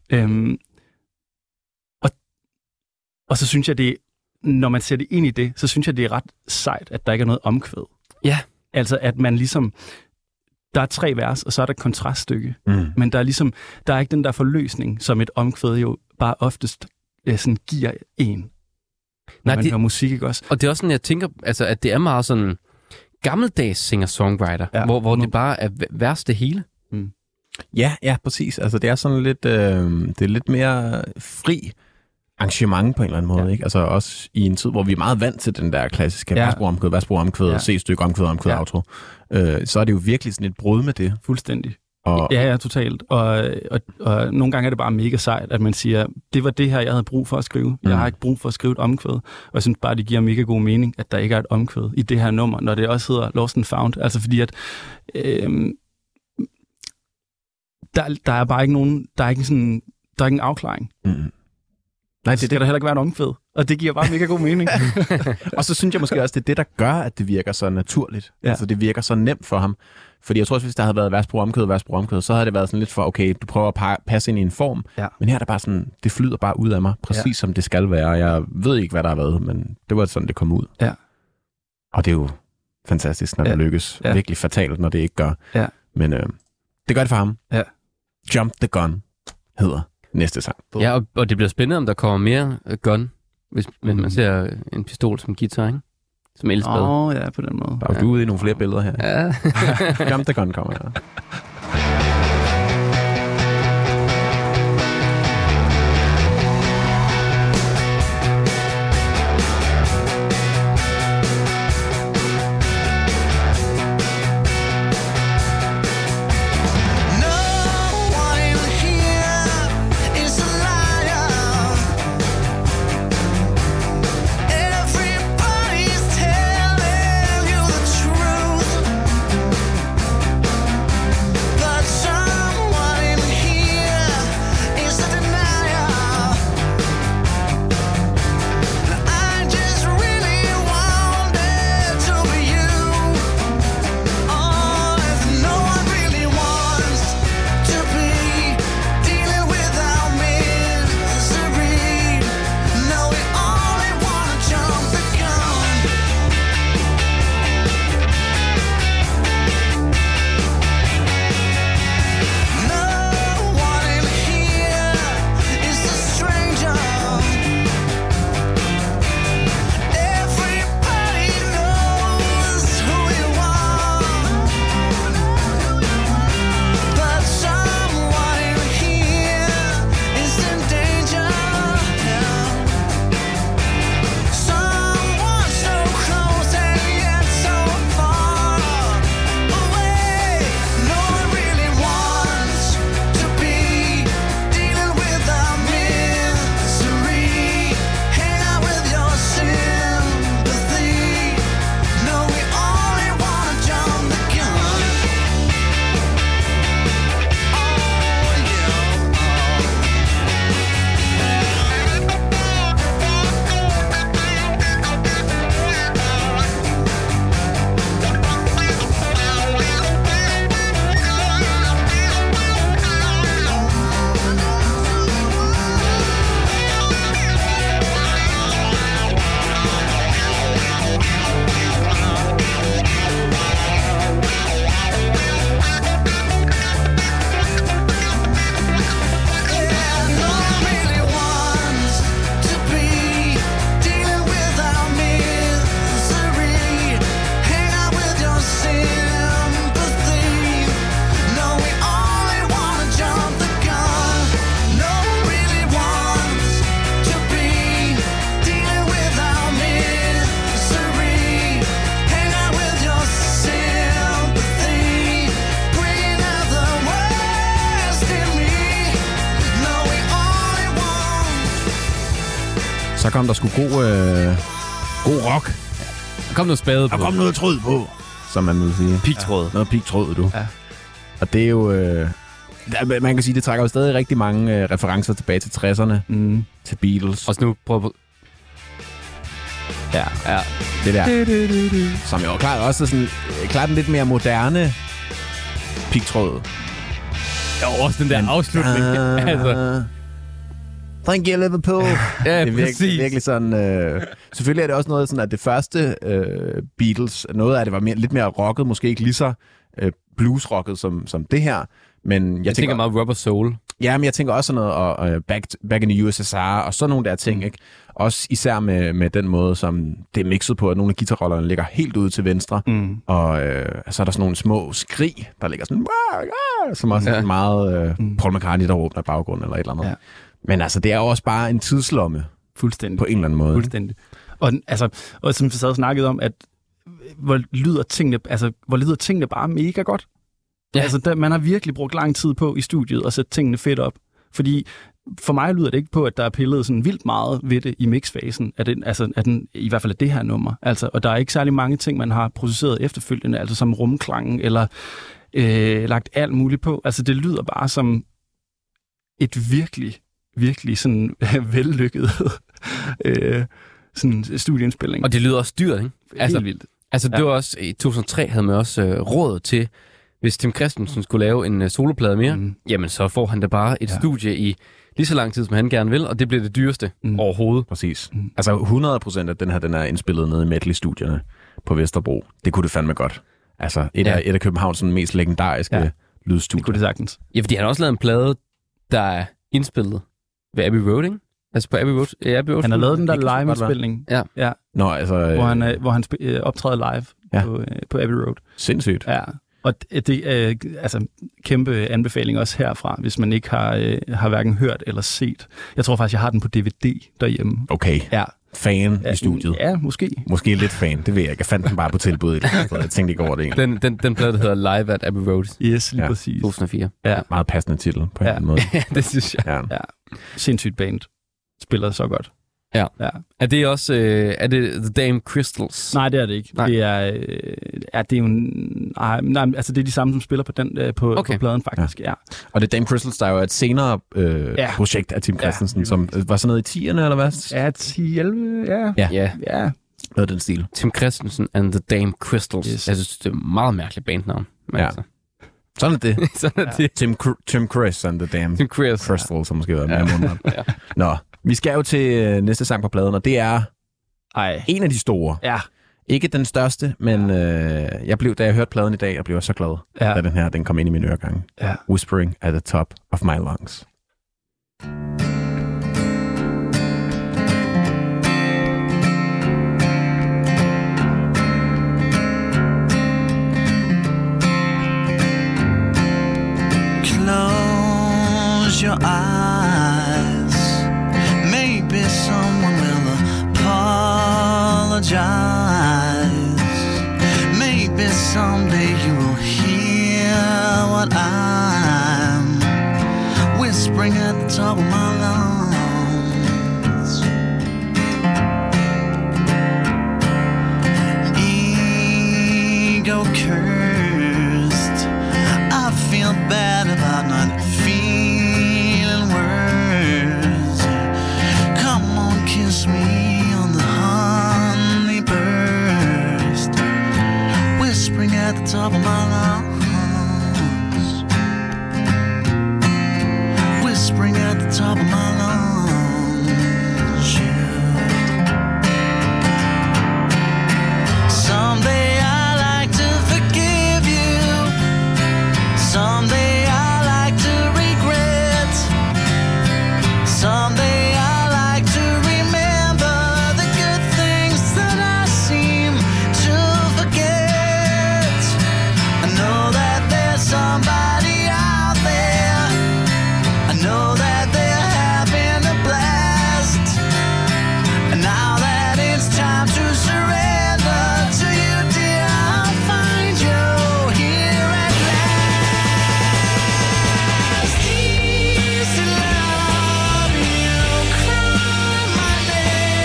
Og så synes jeg, når man ser det ind i det, så synes jeg, det er ret sejt, at der ikke er noget omkvæd. Ja. Altså, at man ligesom... Der er 3 vers, og så er der et kontraststykke. Men der er ikke den der forløsning, som et omkvæd jo bare oftest sådan giver en. Når man hører musik, ikke også? Og det er også sådan, jeg tænker, altså, at det er meget sådan gammeldags singer-songwriter, hvor det bare er vers det hele. Ja, præcis. Altså, det er sådan lidt, det er lidt mere fri arrangement på en eller anden måde, ikke? Altså også i en tid, hvor vi er meget vant til den der klassiske værsbrug-omkvæd, C-stykke, omkvæd, outro. Så er det jo virkelig sådan et brud med det. Fuldstændig. Ja, totalt. Og nogle gange er det bare mega sejt, at man siger, det var det her, jeg havde brug for at skrive. Jeg har ikke brug for at skrive et omkvæd. Og jeg synes bare, det giver mega god mening, at der ikke er et omkvæd i det her nummer, når det også hedder Lost and Found. Altså fordi at der er bare ikke nogen, der er ikke en afklaring. Nej, det skal der heller ikke være en omkvæd. Og det giver bare mega god mening. Og så synes jeg måske også, det er det, der gør, at det virker så naturligt. Ja. Altså det virker så nemt for ham. Fordi jeg tror, hvis der havde været værsbrug omkvæd, så havde det været sådan lidt for, okay, du prøver at passe ind i en form. Ja. Men her er det bare sådan, det flyder bare ud af mig, præcis som det skal være. Jeg ved ikke, hvad der har været, men det var sådan, det kom ud. Ja. Og det er jo fantastisk, når det lykkes. Ja. Virkelig fatalt, når det ikke gør. Ja. Men det gør det for ham. Ja. Jump the Gun hedder næste sang. Ja, og det bliver spændende, om der kommer mere gun, hvis man ser en pistol som guitar, ikke? Som elspad. Ja, på den måde. Der er jo ude i nogle flere billeder her. Ja. Jump the Gun kommer her. Så kom der sgu god rock. Der kom noget spade på. Der kom noget tråd på, som man vil sige. Pigtråd. Noget pigtråd, du. Ja. Og det er jo... man kan sige, det trækker jo stadig rigtig mange referencer tilbage til 60'erne. Til Beatles. Og så nu prøv på... Ja. Det der. Som jo klart også er sådan... klart en lidt mere moderne pigtråd. Ja, også den der afslutning. Altså. Drink your Liverpool. Ja, det er virkelig sådan... selvfølgelig er det også noget sådan, at det første Beatles, noget af det var lidt mere rocket, måske ikke lige så bluesrocket som det her. Men jeg tænker meget Rubber Soul. Ja, men jeg tænker også sådan noget og back in the USSR og sådan nogle der ting, ikke? Også især med den måde, som det er mixet på, at nogle af guitarrollerne ligger helt ude til venstre, og så er der sådan nogle små skrig, der ligger sådan, som også er meget Paul McCartney, der råber i baggrunden eller et eller andet. Ja. Men altså, det er jo også bare en tidslomme. Fuldstændig. På en eller anden måde. Fuldstændig. Og som vi så havde snakket om, at hvor lyder tingene bare mega godt. Ja. Altså, man har virkelig brugt lang tid på i studiet at sætte tingene fedt op. Fordi for mig lyder det ikke på, at der er pillet sådan vildt meget ved det i mixfasen, i hvert fald af det her nummer. Altså, og der er ikke særlig mange ting, man har processeret efterfølgende, altså som rumklangen eller lagt alt muligt på. Altså, det lyder bare som et virkelig sådan vellykket sådan studieindspilning. Og det lyder også dyrt, ikke? Altså, vildt. Altså, det var også, i 2003 havde man også råd til, hvis Tim Christensen skulle lave en soloplade mere, jamen så får han da bare et studie i lige så lang tid, som han gerne vil, og det bliver det dyreste overhovedet. Præcis. Altså 100% af den er indspillet nede i Medley-studierne på Vesterbro. Det kunne det fandme godt. Altså et af Københavns mest legendariske lydstudier. Det kunne det sagtens. Ja, fordi han har også lavet en plade, der er indspillet ved Abbey Road, ikke? Altså på Abbey Road. Abbey Road han har lavet den der live-indspilning. Ja. Nå, altså, hvor han optræder live på Abbey Road. Sindssygt. Ja. Og det er altså kæmpe anbefaling også herfra, hvis man ikke har hverken hørt eller set. Jeg tror faktisk, jeg har den på DVD derhjemme. Okay. Ja. Fan i studiet. Ja, måske. Måske lidt fan, det ved jeg ikke. Jeg fandt den bare på tilbuddet. Jeg tænkte ikke over det egentlig. Den plade, der hedder Live at Abbey Road. Yes, lige præcis. 2004. Ja. Meget passende titel på en eller anden måde. Ja, det synes jeg. Ja. Sindssygt band. Spiller så godt. Ja. Er det også er det The Damn Crystals? Nej, det er det ikke. Nej. Det er jo altså det er de samme, som spiller på den på pladen faktisk. Ja. Og The Damn Crystals, der er jo et senere projekt af Tim Christensen, som var sådan noget i 10'erne eller hvad? Ja, 10-11. Ja. Noget den stil. Tim Christensen and The Damn Crystals. Yes. Jeg synes, det er et meget mærkeligt bandnavn. Ja. Altså. Sådan er det. Sådan er det. Tim Chris and The Damn Crystals, som måske været mere måneder. Nå. Vi skal jo til næste sang på pladen, og det er en af de store. Ja. Ikke den største, men da jeg hørte pladen i dag, jeg blev så glad, da den kom ind i min øregang. Ja. Whispering at the Top of My Lungs. Close your eyes. Maybe someone will apologize. Maybe someday you will hear what I'm whispering at the top of my lungs. Ego cursed, I feel bad about not feeling words. Come on, kiss me on the honey burst, whispering at the top of my lungs, whispering at the top of my lungs. Someday I like to forgive you. Someday I like to regret. Someday I like to remember the good things that I seem to forget. I know that there's somebody out there. I know that they're having a blast. And now that it's time to surrender to you, dear, I'll find you here at last. Easy love, you cry my name.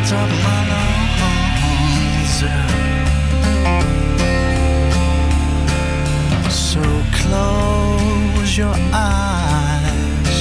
top of my lungs. So close your eyes,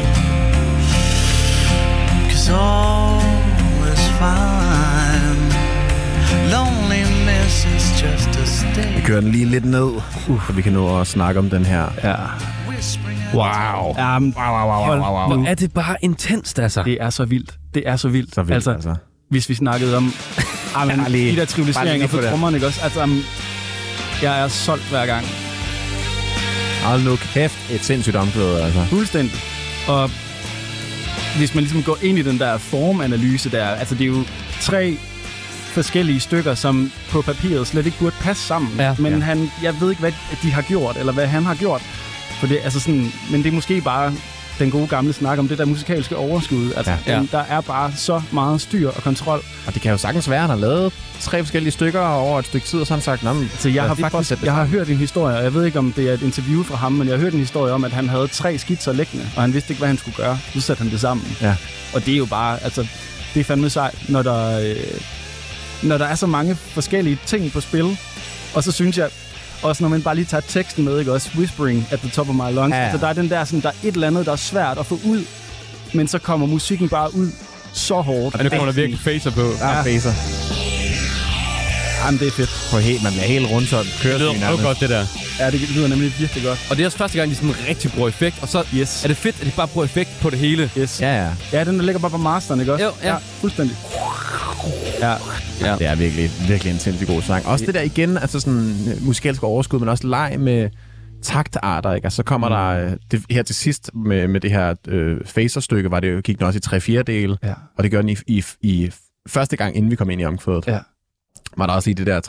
'cause all is fine. Loneliness is just a state. Vi kører den lige lidt ned, så vi kan nå at snakke om den her. Ja. Wow. Wow. Hvor er det bare intenst, altså. Det er så vildt. Det er så vildt. Så vildt, altså. Hvis vi snakkede om de der trivialiseringer på trommerne, ikke også? Altså, jeg er solgt hver gang. Hold nu kæft, et sindssygt omkvæd, altså. Fuldstændig. Og hvis man ligesom går ind i den der formanalyse der, altså det er jo 3 forskellige stykker, som på papiret slet ikke burde passe sammen. Ja. Men jeg ved ikke, hvad de har gjort, eller hvad han har gjort. For det, altså sådan, men det er måske bare den gode gamle snak om det der musikalske overskud. Altså, der er bare så meget styr og kontrol. Og det kan jo sagtens være, at han har lavet 3 forskellige stykker over et stykke tid, og så har han sagt, så jeg har hørt en historie, og jeg ved ikke, om det er et interview fra ham, men jeg har hørt en historie om, at han havde 3 skitser liggende, og han vidste ikke, hvad han skulle gøre. Så satte han det sammen. Ja. Og det er jo bare, altså, det er fandme sejt, når der er så mange forskellige ting på spil. Og så synes jeg, også når man bare lige tager teksten med, ikke også? Whispering at the top of my lungs. Ja. Så der er den der, sådan, der er et eller andet, der er svært at få ud, men så kommer musikken bare ud så hårdt. Og nu kommer der virkelig facer på. Ja, facer. Jamen, det er fedt. Man bliver helt rundt, så kører det lyder så godt, det der. Ja, det lyder nemlig virkelig godt. Og det er også første gang, de sådan rigtig bruger effekt, og så er det fedt, at de bare bruger effekt på det hele. Yes. Ja. Ja, den der ligger bare på masteren, ikke også? Jo, ja. Fuldstændig. Ja. Det er virkelig en sindssygt god sang. Også det der igen, altså sådan musikalsk overskud, men også leg med taktarter, ikke? Altså, så kommer der det her til sidst med det her facer-stykke, var det jo, gik den også i 3/4 dele, og det gør den i første gang, inden vi kom ind i omkvædet. Ja. Var der også i det der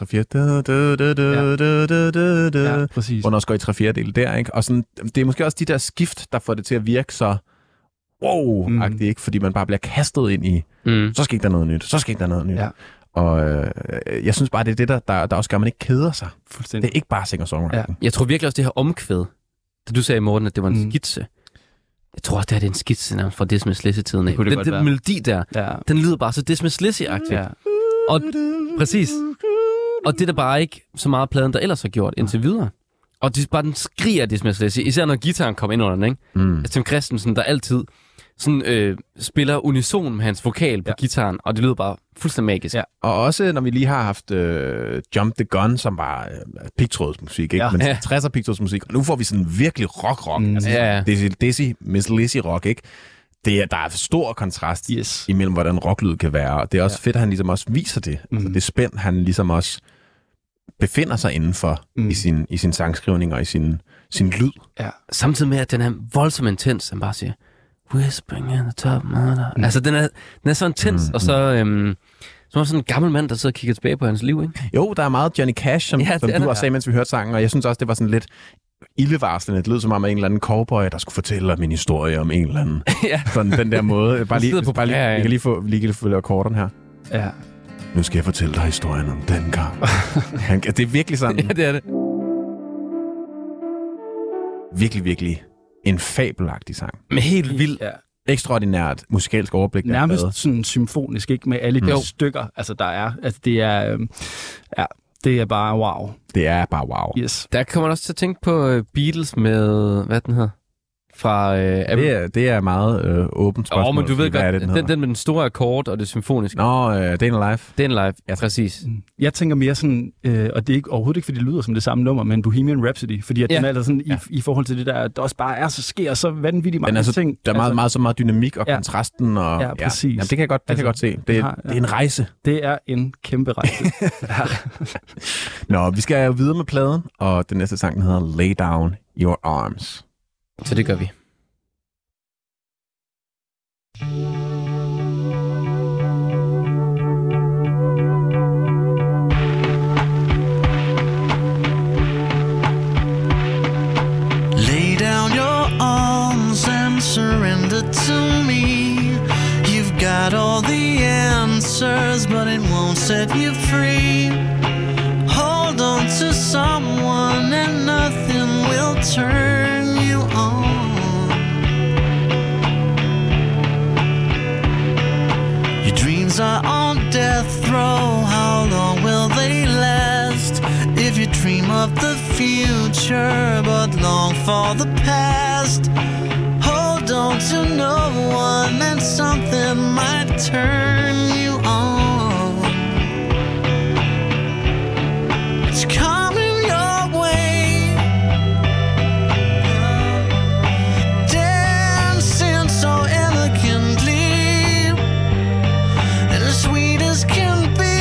3/4, præcis. hvor den også går i 3/4 dele der, ikke? Og sådan, det er måske også de der skift, der får det til at virke så wow-agtigt, ikke? Fordi man bare bliver kastet ind i, så skal ikke der noget nyt, så skal ikke der noget nyt. Ja. Og jeg synes bare, det er det, der også gør, man ikke keder sig. Fuldstændig. Det er ikke bare singer-songwriting. Ja. Jeg tror virkelig også, det her omkvæd, da du sagde i morgen, at det var en skitse. Jeg tror også, det er en skitse nærmest fra Dismas Lizzy-tiden. Den melodi der, den lyder bare så Dismas Lizzy-agtigt. Ja. Og præcis. Og det er der bare ikke så meget pladen, der ellers har gjort indtil videre. Og det, bare den skriger Dismas Lizzy, især når gitaren kommer ind under den, ikke? Altså Tim Christensen, der altid sådan, spiller unison med hans vokal på gitaren, og det lyder bare fuldstændig magisk. Ja. Og også når vi lige har haft Jump the Gun, som var pigtrådsmusik, ikke? Men 60'er pigtrådsmusik, og nu får vi sådan virkelig rock. Altså Miss Lizzy rock, ikke? Der er stor kontrast imellem, hvordan rocklyd kan være, og det er også fedt, at han ligesom også viser det. Altså det spænd, han ligesom også befinder sig indenfor i sin sangskrivning og i sin lyd. Ja. Samtidig med, at den er voldsomt intens, han bare siger, whispering in the top, mother. Altså, den er så intens, og så som sådan en gammel mand, der sidder og kigger tilbage på hans liv, ikke? Jo, der er meget Johnny Cash, som du også sagde, mens vi hørte sangen, og jeg synes også, det var sådan lidt ildevarslende. Det lød som om en eller anden cowboy, der skulle fortælle om en historie om en eller anden. Sådan den der måde. Vi kan lige få akkorderne her. Ja. Nu skal jeg fortælle dig historien om den gang. Det er virkelig sådan. Ja, det er det. Virkelig, virkelig en fabelagtig sang. Men helt vildt. Ja. Ekstraordinært musikalsk overblik. Nærmest sådan symfonisk, ikke? Med alle de stykker, altså der er. Altså det er, det er bare wow. Det er bare wow. Yes. Der kommer man også til at tænke på Beatles med, hvad den hedder? Fra det er meget åbent spørgsmål. Men du ved godt, den med den store akkord og det symfoniske. Dayn Alive. Dayn Alive, ja, præcis. Jeg tænker mere sådan, og det er ikke, overhovedet ikke, fordi det lyder som det samme nummer, men Bohemian Rhapsody, fordi at den er sådan i forhold til det der også bare er, så sker så vanvittigt mange ting. Der er så meget dynamik og kontrasten. Og, ja, præcis. Jamen, det kan jeg godt se. Det er en rejse. Det er en kæmpe rejse. Nå, vi skal jo videre med pladen, og den næste sang hedder Lay Down Your Arms. Så det gør vi. Lay down your arms and surrender to me. You've got all the answers, but it won't set you free. Hold on to someone and nothing will turn you on. Your dreams are on of the future, but long for the past. Hold on to no one, and something might turn you on. It's coming your way, dancing so elegantly, and as sweet as can be.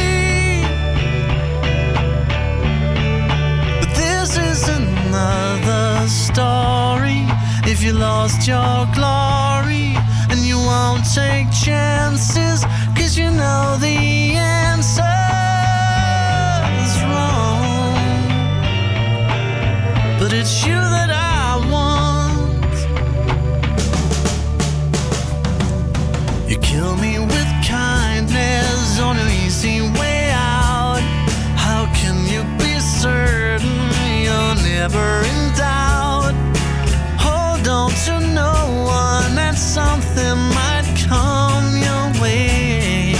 But this is another story. If you lost your glory and you won't take chances, 'cause you know the answer's wrong. But it's you that I want. You kill me with kindness on an easy way out. How can you be certain you're never in doubt? Hold on to no one, and something might come your way.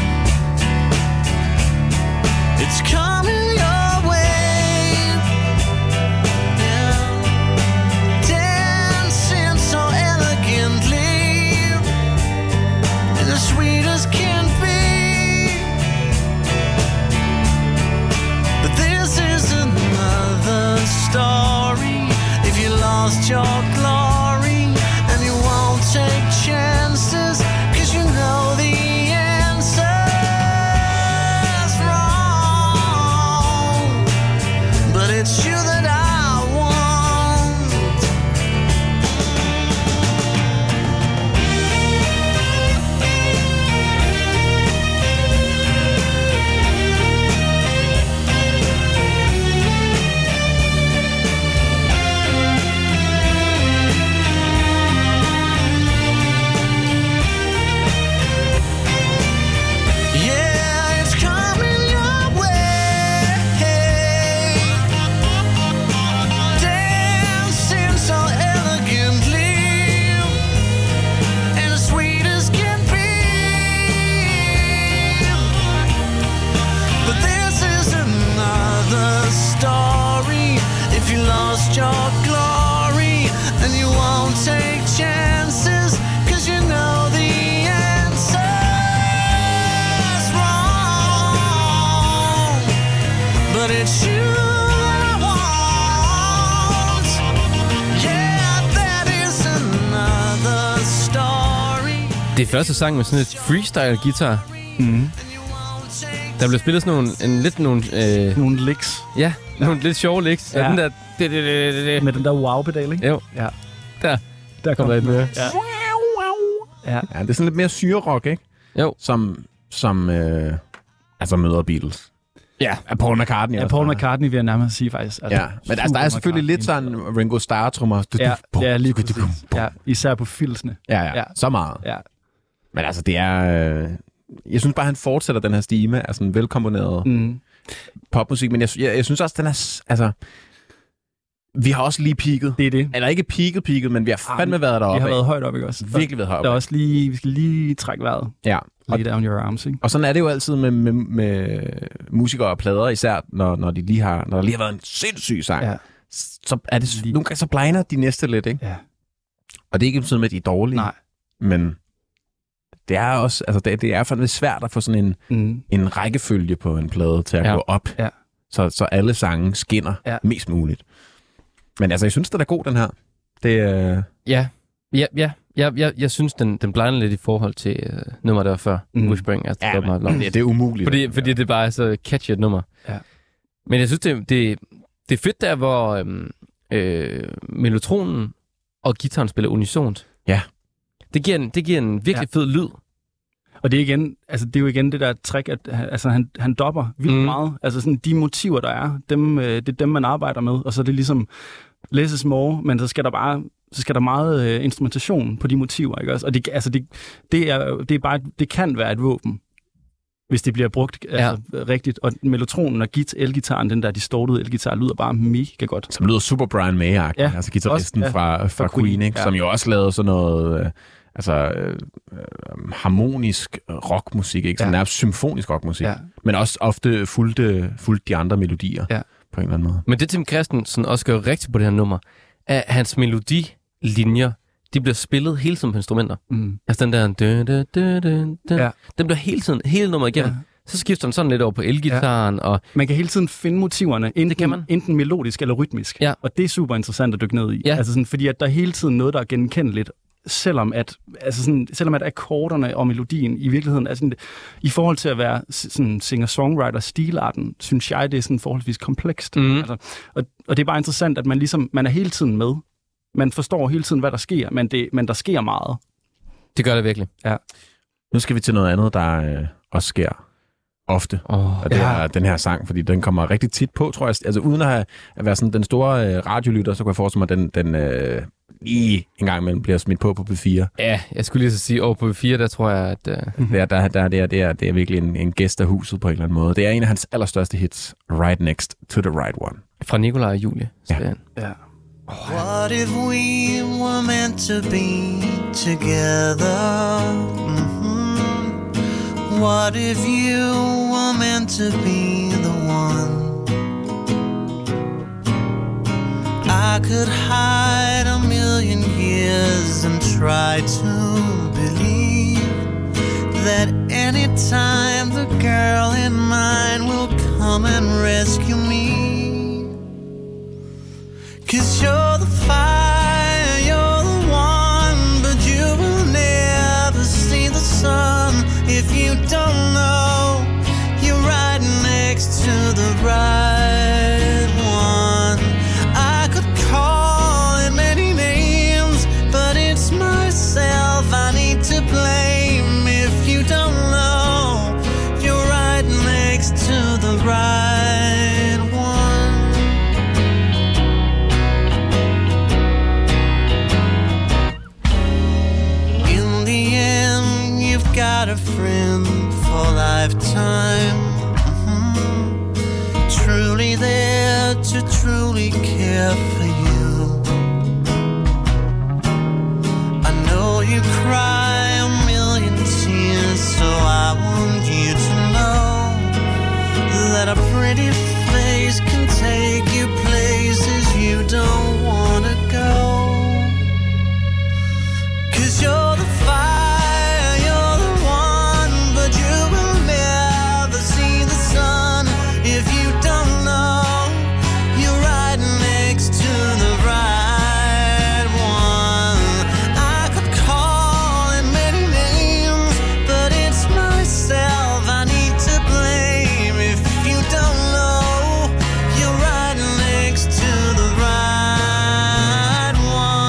It's coming your way, yeah. Dancing so elegantly, and as sweet as can be. But this is another story. If you lost your glory and you won't take chances, 'cause you know the answer's wrong. But it's you that I want. Yeah, it's coming your way. Dancing so elegantly, and as sweet as can be. But this is another story. If you lost your glory and you won't take chances, 'cause you know the answer's wrong. But it's you I want. Yeah, that is another story. Det er første sang med sådan et freestyle-guitar. Der blev spillet sådan nogle Nogle licks ja, nogle lidt sjove licks. Ja. Ja. Den der... med den der wow-pedal, ikke? Jo, Ja. der kommer et mere. Ja. Ja. Ja, det er sådan lidt mere syrerock, ikke? Jo. Som altså møder Beatles. Ja. Af Paul McCartney. Ja, Paul McCartney vil jeg nærmest sige faktisk. Altså, Ja, men altså, der er selvfølgelig lidt sådan Ringo Starr-trummer. Ja, lige præcis. Ja, især på filsene. Ja, så meget. Ja. Men altså, det er... jeg synes bare, han fortsætter den her stime af sådan velkomponeret popmusik. Men jeg synes også, den er... Altså, vi har også lige peaked. Det er det. Eller ikke peaked, men vi har fandme været deroppe. Vi har været højt op, ikke også? Virkelig været heroppe. Der er også lige... Vi skal lige trække vejret. Ja. Lay down your arms, ikke? Og sådan er det jo altid med musikere og plader, især når der lige har været en sindssyg sang. Ja. Så er det nogle gange så blegner de næste lidt, ikke? Ja. Og det er ikke betydet med, at de er dårlige. Nej. Men det er også, altså det er fandme svært at få sådan en rækkefølge på en plade til at gå op. Ja. Så alle sange skinner mest muligt. Men altså, jeg synes, den er god, den her. Det Jeg synes, den blegner lidt i forhold til nummer, der var før. Whispering. Altså, det er umuligt. Fordi det bare er så catchy et nummer. Ja. Men jeg synes, det er fedt der, hvor mellotronen og guitaren spiller unisont. Ja. Det giver en virkelig fed lyd. Og det er igen, altså det er jo igen det der trick, at altså han dopper vildt meget. Altså sådan de motiver, der er, det er dem, man arbejder med. Og så er det ligesom less is more, men så skal der meget instrumentation på de motiver, ikke også? Og det kan være et våben, hvis det bliver brugt rigtigt. Og mellotronen og elgitaren, den der distortede elgitar, lyder bare mega godt. Som lyder super Brian May-agtig, altså guitaristen fra Queen, ikke? Som jo også lavede sådan noget harmonisk rockmusik, ikke? Sådan nærmest symfonisk rockmusik, men også ofte fulgte de andre melodier på en eller anden måde. Men det Tim Christensen også gør rigtigt på det her nummer, er hans melodilinjer, de bliver spillet hele tiden på instrumenter. Altså den der... Den bliver hele tiden, hele nummeret igennem. Ja. Så skifter den sådan lidt over på elgitaren. Og man kan hele tiden finde motiverne, enten melodisk eller rytmisk. Ja. Og det er super interessant at dykke ned i. Ja. Altså sådan, fordi at der er hele tiden noget, der er genkendeligt, selvom at akkorderne og melodien i virkeligheden er sådan, i forhold til at være sådan singer-songwriter-stilarten, synes jeg, det er sådan forholdsvis komplekst. Altså, og det er bare interessant, at man er hele tiden med. Man forstår hele tiden, hvad der sker, men der sker meget. Det gør det virkelig. Ja. Nu skal vi til noget andet, der også sker ofte. Og det er den her sang, fordi den kommer rigtig tit på, tror jeg. Altså uden at være sådan den store radiolytter, så kan jeg forestille mig, den lige en gang imellem bliver smidt på P4. Ja, jeg skulle lige så sige, over på P4, der tror jeg, at... Det er virkelig en gæst af huset på en eller anden måde. Det er en af hans allerstørste hits, Right Next to the Right One. Fra Nikolaj og Julie. Ja. What if we were meant to be together? What if you were meant to be the one? I could hide a million years and try to believe that anytime the girl in mine will come and rescue me. 'Cause you're the fire, you're the one, but you will never see the sun if you don't know you're right next to the right one. I could call it many names, but it's myself I need to blame if you don't know you're right next to the right one. In the end, you've got a friend for lifetime. Truly there to truly care for you. I know you cry a million tears, so I want you to know that a pretty face can take you places you don't wanna go. 'Cause you're the fire, you're the one, but you will never see the sun if you don't know you're right next to the right one. I could call it many names, but it's myself I need to blame if you don't know you're right next to the right one.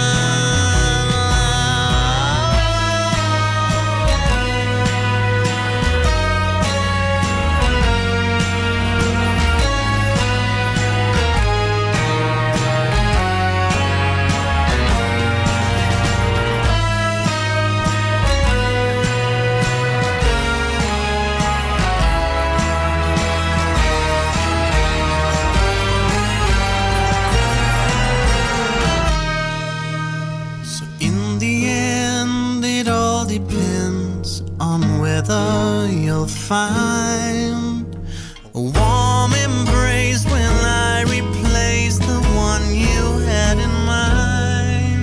So in the end, it all depends on whether you'll find a warm embrace when I replace the one you had in mind.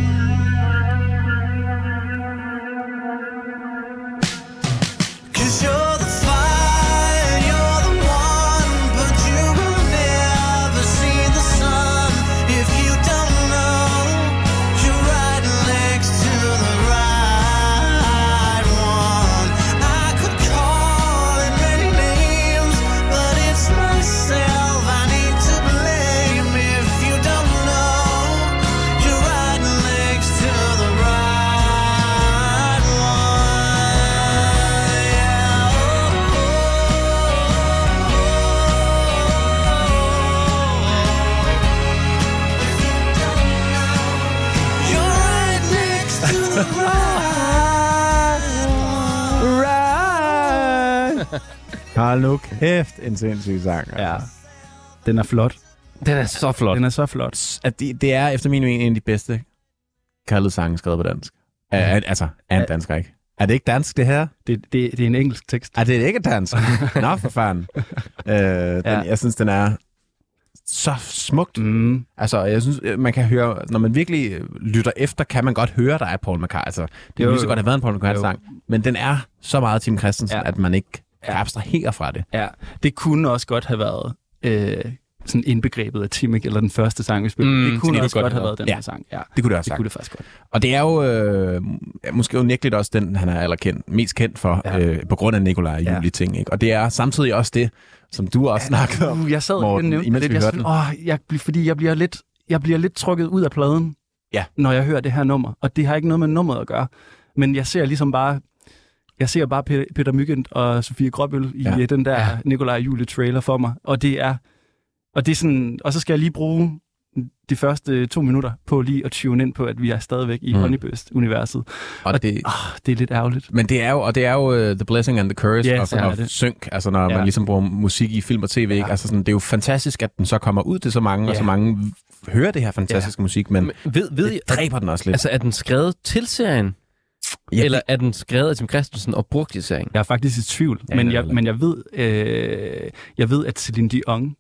'Cause you're the fire, you're the one, but you will never see the sun if you don't know you're right next to the right one. I could call it many names, but it's myself I need to blame if you don't know you're right next to the right one. You're right next to the right one. Hold nu kæft, en sindssyg sang. Altså. Ja. Den er flot. Den er så flot. Den er så flot. At det er efter min mening en af de bedste Khaled-sange skrevet på dansk. Altså, er en dansker, ikke? Er det ikke dansk, det her? Det er en engelsk tekst. Er det ikke dansk? Nå, for fanden. Jeg synes, den er så smukt. Altså, jeg synes, man kan høre, når man virkelig lytter efter, kan man godt høre, der er Paul McCartney. Altså, det kan lige så godt have været en Paul McCartney-sang, men den er så meget Tim Christensen, at man ikke kan abstrahere fra det. Ja, det kunne også godt have været sådan indbegrebet af Tim, eller den første sang, vi spillede. Det kunne også godt have været den her sang. Ja, det kunne det også det kunne det faktisk godt. Og det er jo måske unægteligt også den, han er mest kendt for, på grund af Nikolaj og Julie ting. Ikke? Og det er samtidig også det, som du også snakkede om, jeg sad Morten, imens vi hørte den. Fordi jeg bliver lidt trukket ud af pladen, når jeg hører det her nummer. Og det har ikke noget med nummeret at gøre. Men jeg ser ligesom bare... Jeg ser bare Peter Mygind og Sofie Gråbøl i den der Nikolaj og Julie trailer for mig. Og det er sådan... Og så skal jeg lige bruge de første 2 minutter på lige at tune ind på, at vi er stadigvæk i Honeyburst-universet. Og det er lidt ærgerligt. Men det er jo The Blessing and the Curse of sync, altså når man ligesom bruger musik i film og tv. Ikke? Altså sådan, det er jo fantastisk, at den så kommer ud til så mange, og så mange hører det her fantastiske musik, men det dræber den også lidt. Altså er den skrevet til serien? Eller er den skrevet af Tim Christensen og brugt i serien? Jeg er faktisk i tvivl, men jeg ved, at Celine Dion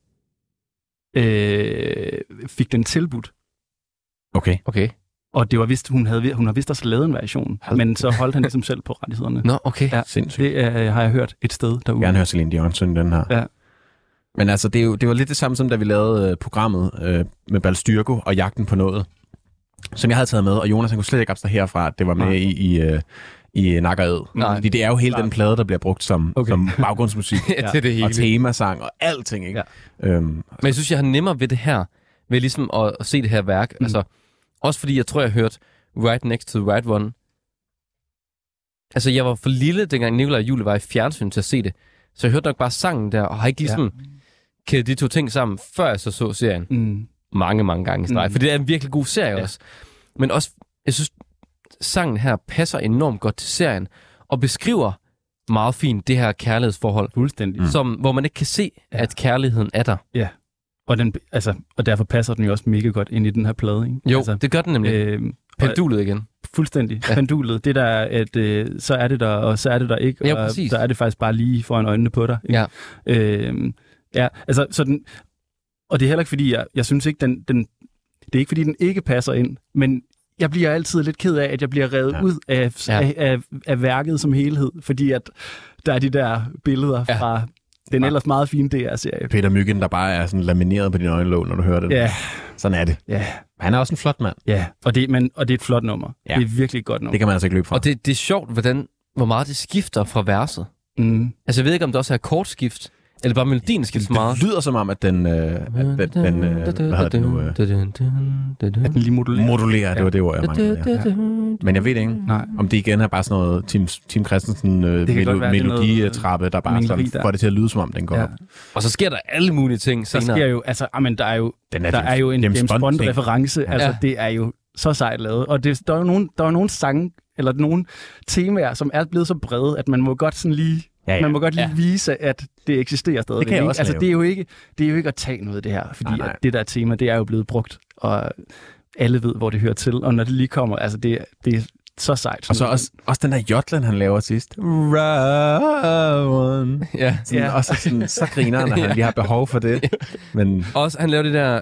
fik den tilbudt. Okay. Og det var vist, hun har vist også lavet en version, men så holdt han ligesom selv på rettighederne. Nå, okay. Ja, sindssygt. Det har jeg hørt et sted derude. Jeg gerne høre Celine Dion synge den her. Ja. Men altså, det var lidt det samme som da vi lavede programmet med Balstyrko og Jagten på noget, som jeg havde taget med, og Jonas han kunne slet ikke abstrahere fra, at det var med i Nak og Æd. Fordi det er jo hele den plade, der bliver brugt som baggrundsmusik til det hele. Og temasang og alting. Ikke? Ja. Men jeg synes, jeg har nemmere ved det her, ved ligesom at se det her værk. Altså, også fordi jeg tror, jeg har hørt Right Next to the Right One. Altså, jeg var for lille, dengang Nikolaj og Julie var i fjernsyn til at se det. Så jeg hørte nok bare sangen der, og har ikke ligesom kædet de to ting sammen, før jeg så serien. Mange gange i streg. For det er en virkelig god serie også. Men også, jeg synes, sangen her passer enormt godt til serien, og beskriver meget fint det her kærlighedsforhold. Fuldstændig. Hvor man ikke kan se, at kærligheden er der. Ja. Og derfor passer den jo også mega godt ind i den her plade. Ikke? Jo, det gør den nemlig. Pendulet igen. Fuldstændig. Ja. Pendulet. Det der, at så er det der, og så er det der ikke. Ja, og præcis. så er det faktisk bare lige foran øjnene på dig. Ikke? Ja. Altså sådan... Og det er heller ikke, fordi jeg synes ikke, det er ikke, fordi den ikke passer ind, men jeg bliver altid lidt ked af, at jeg bliver revet ud af værket som helhed, fordi at der er de der billeder fra den ellers meget fine DR-serie. Peter Mygind, der bare er sådan lamineret på dine øjenlåg, når du hører det. Ja. Sådan er det. Ja. Han er også en flot mand. Ja, og det er et flot nummer. Ja. Det er virkelig et godt nummer. Det kan man altså ikke løbe fra. Og det er sjovt, hvor meget det skifter fra verset. Altså, jeg ved ikke, om det også er akkordskift, eller bare melodien skifter meget. Det lyder som om, at den hvad hedder det nu? At den lige modulerer, det var det ord, jeg manglede. Men jeg ved ikke, om det igen er bare sådan noget Tim Christensen meloditrappe, der bare sådan får det til at lyde, som om den går op. Og så sker der alle mulige ting senere. Der sker jo, altså, der er jo en James Bond-reference. Altså, det er jo så sejt lavet. Og der er jo nogle sange, eller nogle temaer, som er blevet så brede, at man må godt sådan lige... Man må godt lige vise, at det eksisterer stadig. Det kan jeg også altså, det er jo ikke at tage noget af det her, fordi at det der tema, det er jo blevet brugt, og alle ved, hvor det hører til. Og når det lige kommer, altså det er så sejt. Og så også den der Jotland, han laver sidst. Rowan. Ja. Også sådan, så griner han, at han lige har behov for det. Men... Også, han laver det der...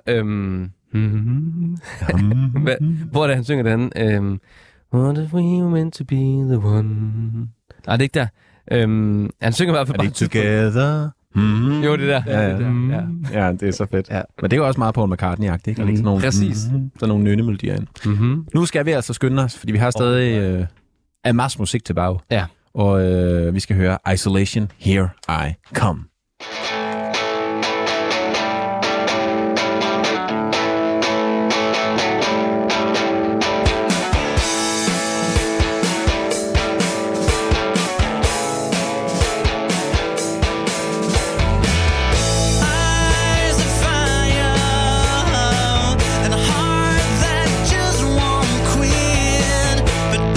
hvor er det, han synger den? What if we were meant to be the one? Nej, det er ikke der. Han synger i hvert fald bare... Together. Jo, det der. Ja, det er så fedt. Ja. Men det er jo også meget Paul McCartney-agtigt, ikke? Sådan nogle, præcis. Sådan nogle nynnemelodier ind. Nu skal vi altså skynde os, fordi vi har stadig en masse musik tilbage. Ja. Og vi skal høre Isolation, Here I Come.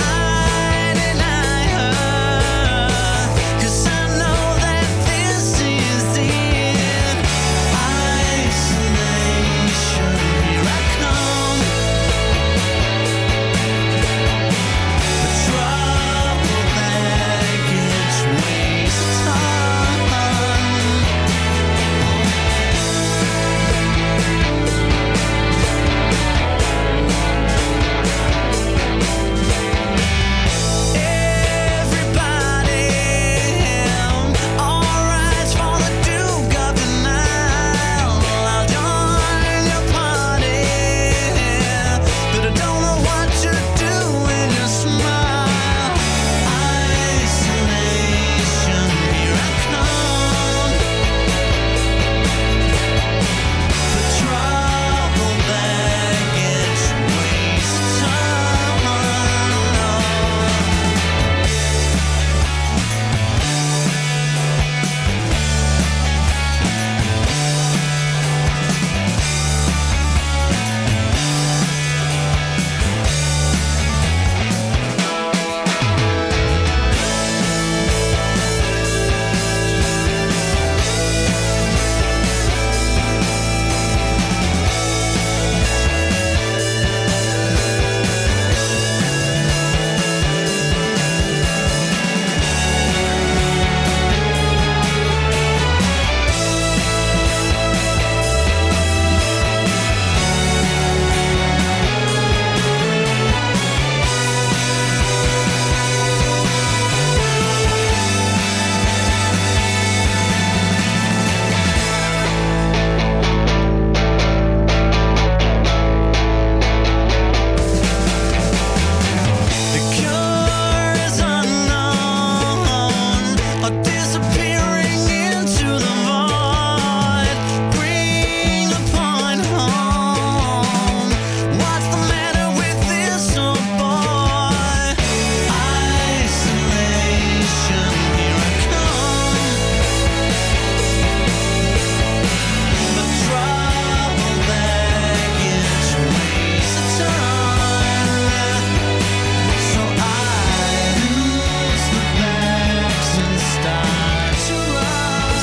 Cause I know that this is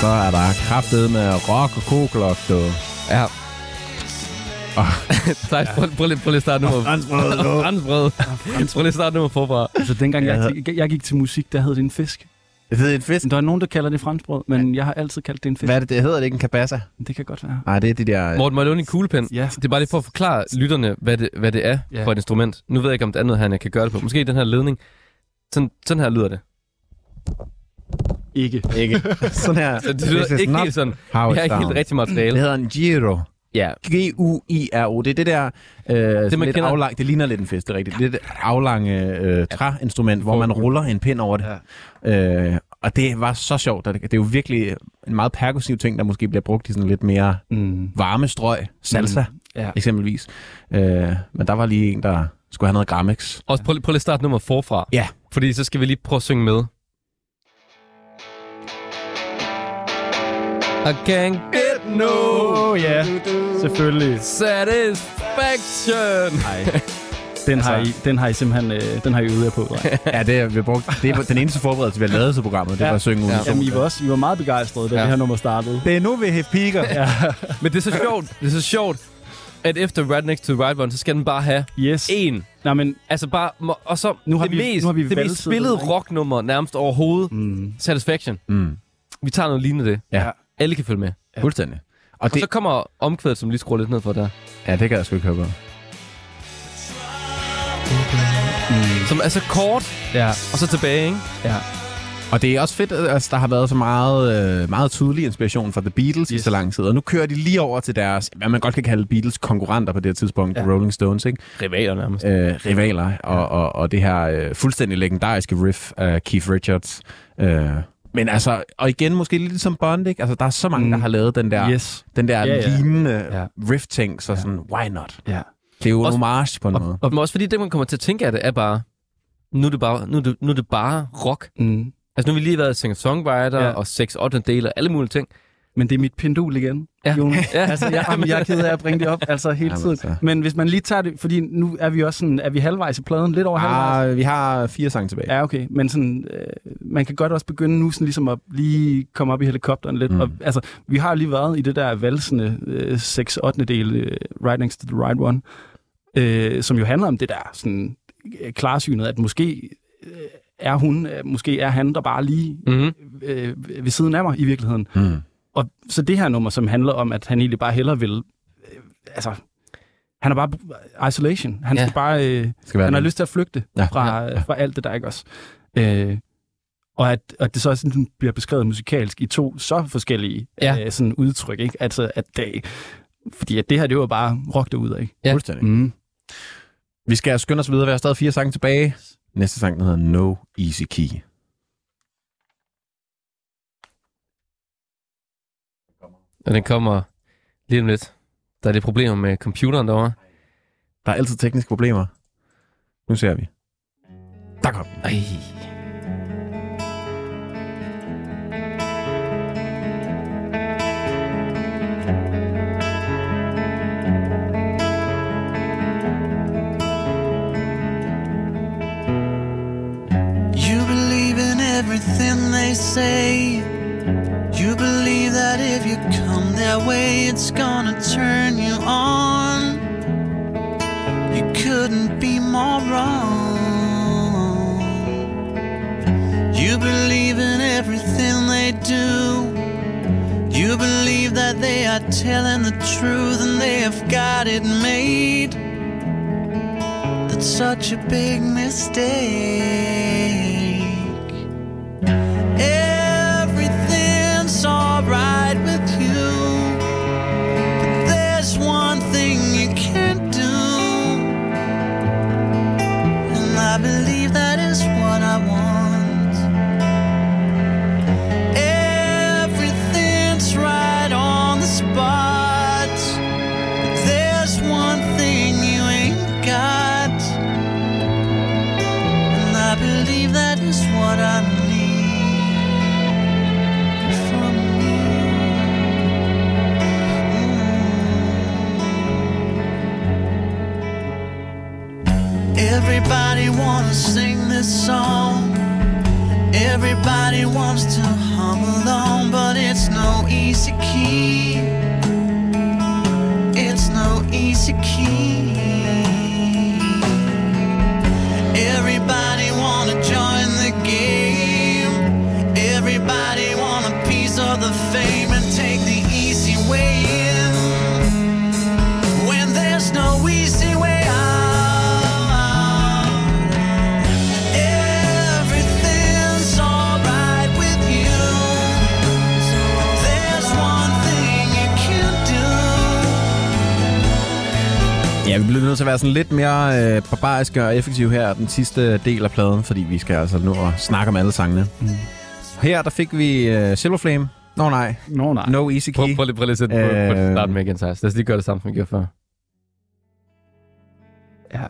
så er der kraftet med rock og koklok, du. Ja. Thijs, prøv lige at starte nummer. Franskbrød. Prøv lige at starte nummer forfra. Altså, dengang jeg gik til musik, der hed det en fisk. Det hedder en fisk? Der er nogen, der kalder det franskbrød, men jeg har altid kaldt det en fisk. Hvad er det? Det hedder det ikke en kabassa? Det kan godt være. Nej, det er de der... Morten, må jeg låne en kuglepen? Ja. Det er bare lige for at forklare lytterne, hvad det er for et instrument. Nu ved jeg ikke, om det er noget, jeg kan gøre det på. Måske den her ledning. Sådan her lyder det. Ikke. Sådan her. Så det lyder ikke helt sådan. Vi har ikke helt rigtig materiale. Det hedder en gyro. Ja. G-U-I-R-O. Det er det der... det, man lidt aflang, det ligner lidt en fest, det er rigtigt. Det er det aflange træinstrument, hvor man ruller en pind over det. Ja. Og det var så sjovt. Det er jo virkelig en meget perkussiv ting, der måske bliver brugt i sådan lidt mere varme strøg. Salsa, eksempelvis. Men der var lige en, der skulle have noget Gramex. Også prøv lige at starte nummer forfra. Ja. Fordi så skal vi lige prøve at synge med. I can't get no selvfølgelig. Satisfaction. Nej. Den har I simpelthen øvet jer på. Ja, det er brugt. Det er den eneste forberedelse, vi har lavet til programmet. Det var at synge Jamen, I var meget begejstrede, da det her nummer startede. Det er nu, vi har piker. Men det er så sjovt, at efter Right Next to the Right One, så skal den bare have en. Nej, men altså bare, og så nu har det mest spillede rocknummer nærmest overhovedet. Satisfaction. Vi tager noget lignende det. Ja. Alle kan følge med. Fuldstændig. Og så kommer omkvædet, som lige skruer lidt ned for der. Ja, det kan jeg sgu ikke høre på. Som er så kort, og så tilbage, ikke? Ja. Og det er også fedt, at der har været så meget tydelig inspiration fra The Beatles i så lang tid. Og nu kører de lige over til deres, hvad man godt kan kalde Beatles konkurrenter på det her tidspunkt, Rolling Stones, ikke? Rivaler nærmest. Rivaler, og det her fuldstændig legendariske riff af Keith Richards. Men altså, og igen måske lidt som Bond, ikke? Altså, der er så mange, der har lavet den der lignende riff-ting, så sådan, why not? Ja. Det er jo en homage på noget. Og også fordi det, man kommer til at tænke af det, er bare, nu er det bare rock. Altså, nu har vi lige været singer-songwriter og 6/8 del og alle mulige ting. Men det er mit pendul igen, Jonas. Altså, jeg er ked af at bringe det op, altså hele tiden. Men hvis man lige tager det, fordi nu er vi også sådan, er vi halvvejs i pladen? Lidt over halvvejs? Vi har 4 sange tilbage. Ja, okay. Men sådan, man kan godt også begynde nu sådan ligesom at lige komme op i helikopteren lidt. Og, altså, vi har lige været i det der valsende 6/8 del, Right Next to the Right One, som jo handler om det der sådan klarsynet, at måske er han der bare lige ved siden af mig i virkeligheden. Og så det her nummer, som handler om, at han egentlig bare hellere vil... han er bare isolation. Han skal bare... han har lyst til at flygte fra alt det der, ikke også? Og at det så sådan bliver beskrevet musikalsk i 2 så forskellige sådan udtryk, ikke? Altså, fordi at det her, det var bare rock derud, ikke? Ja. Fuldstændig. Vi skal skynde os videre. Vi har stadig 4 sange tilbage. Næste sang, den hedder No Easy Key. Og den kommer lige om lidt. Der er lidt problemer med computeren derovre. Der er altid tekniske problemer. Nu ser vi. Der kom den. Ej. Everything they say, you believe that if you come their way, it's gonna turn you on. You couldn't be more wrong. You believe in everything they do. You believe that they are telling the truth and they have got it made. That's such a big mistake. Everything's alright with you, but there's one thing you can't do, and I believe that is what I want. Everything's right on the spot, but there's one thing you ain't got, and I believe that is what I need. Everybody wanna sing this song. Everybody wants to hum along, but it's not easy key. It's no easy key. Everybody wanna join the game. Everybody want a piece of the fame and take the easy way in. When there's no easy way out. Everything's alright with you. There's one thing you can do. Ja, vi bliver nødt til at være sådan lidt mere barbariske og effektive her den sidste del af pladen, fordi vi skal altså nu at snakke om alle sangene. Her der fik vi Silver Flame. Nej. No Easy Key. Prøv lige at sætte på starten med igen, så lad os lige gøre det samme, som vi gjorde før. Ja.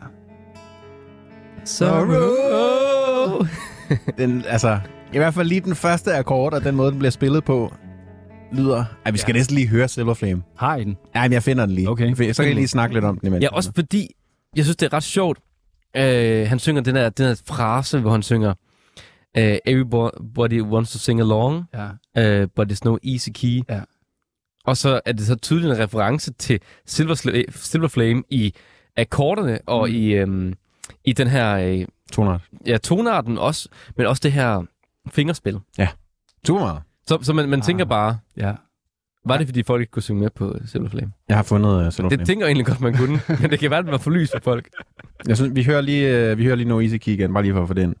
Sorrow. Den, altså, i hvert fald lige den første akkord, og den måde, den bliver spillet på, lyder... vi skal næsten lige høre Silver Flame. Har I den? Ja, men jeg finder den lige. Okay. Så kan jeg lige snakke lidt om den imens. Ja, også fordi, jeg synes, det er ret sjovt. Han synger den her frase, hvor han synger Everybody wants to sing along, but it's no easy key. Ja. Og så er det så tydeligt en reference til Silver Flame i akkorderne og i den her... tonart. Ja, tonarten også, men også det her fingerspil. Ja, super meget. Så man tænker bare... Ja. Var det, fordi folk ikke kunne synge med på Silver Flame? Jeg har fundet Silver Flame. Det tænker jeg egentlig godt, man kunne. Men det kan være, at det var for lys for folk. Jeg synes, vi hører lige No Easy Key igen, bare lige for at få det ind.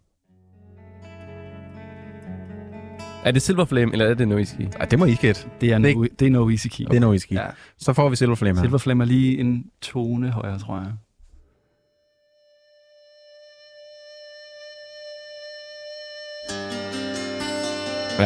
Er det Silver Flame, eller er det No Easy Key? Ej, det må I gætte. Det er No Easy Key. Det er No Easy Key. Ja. Så får vi Silver Flame her. Silver Flame er lige en tone højere, tror jeg. Ja.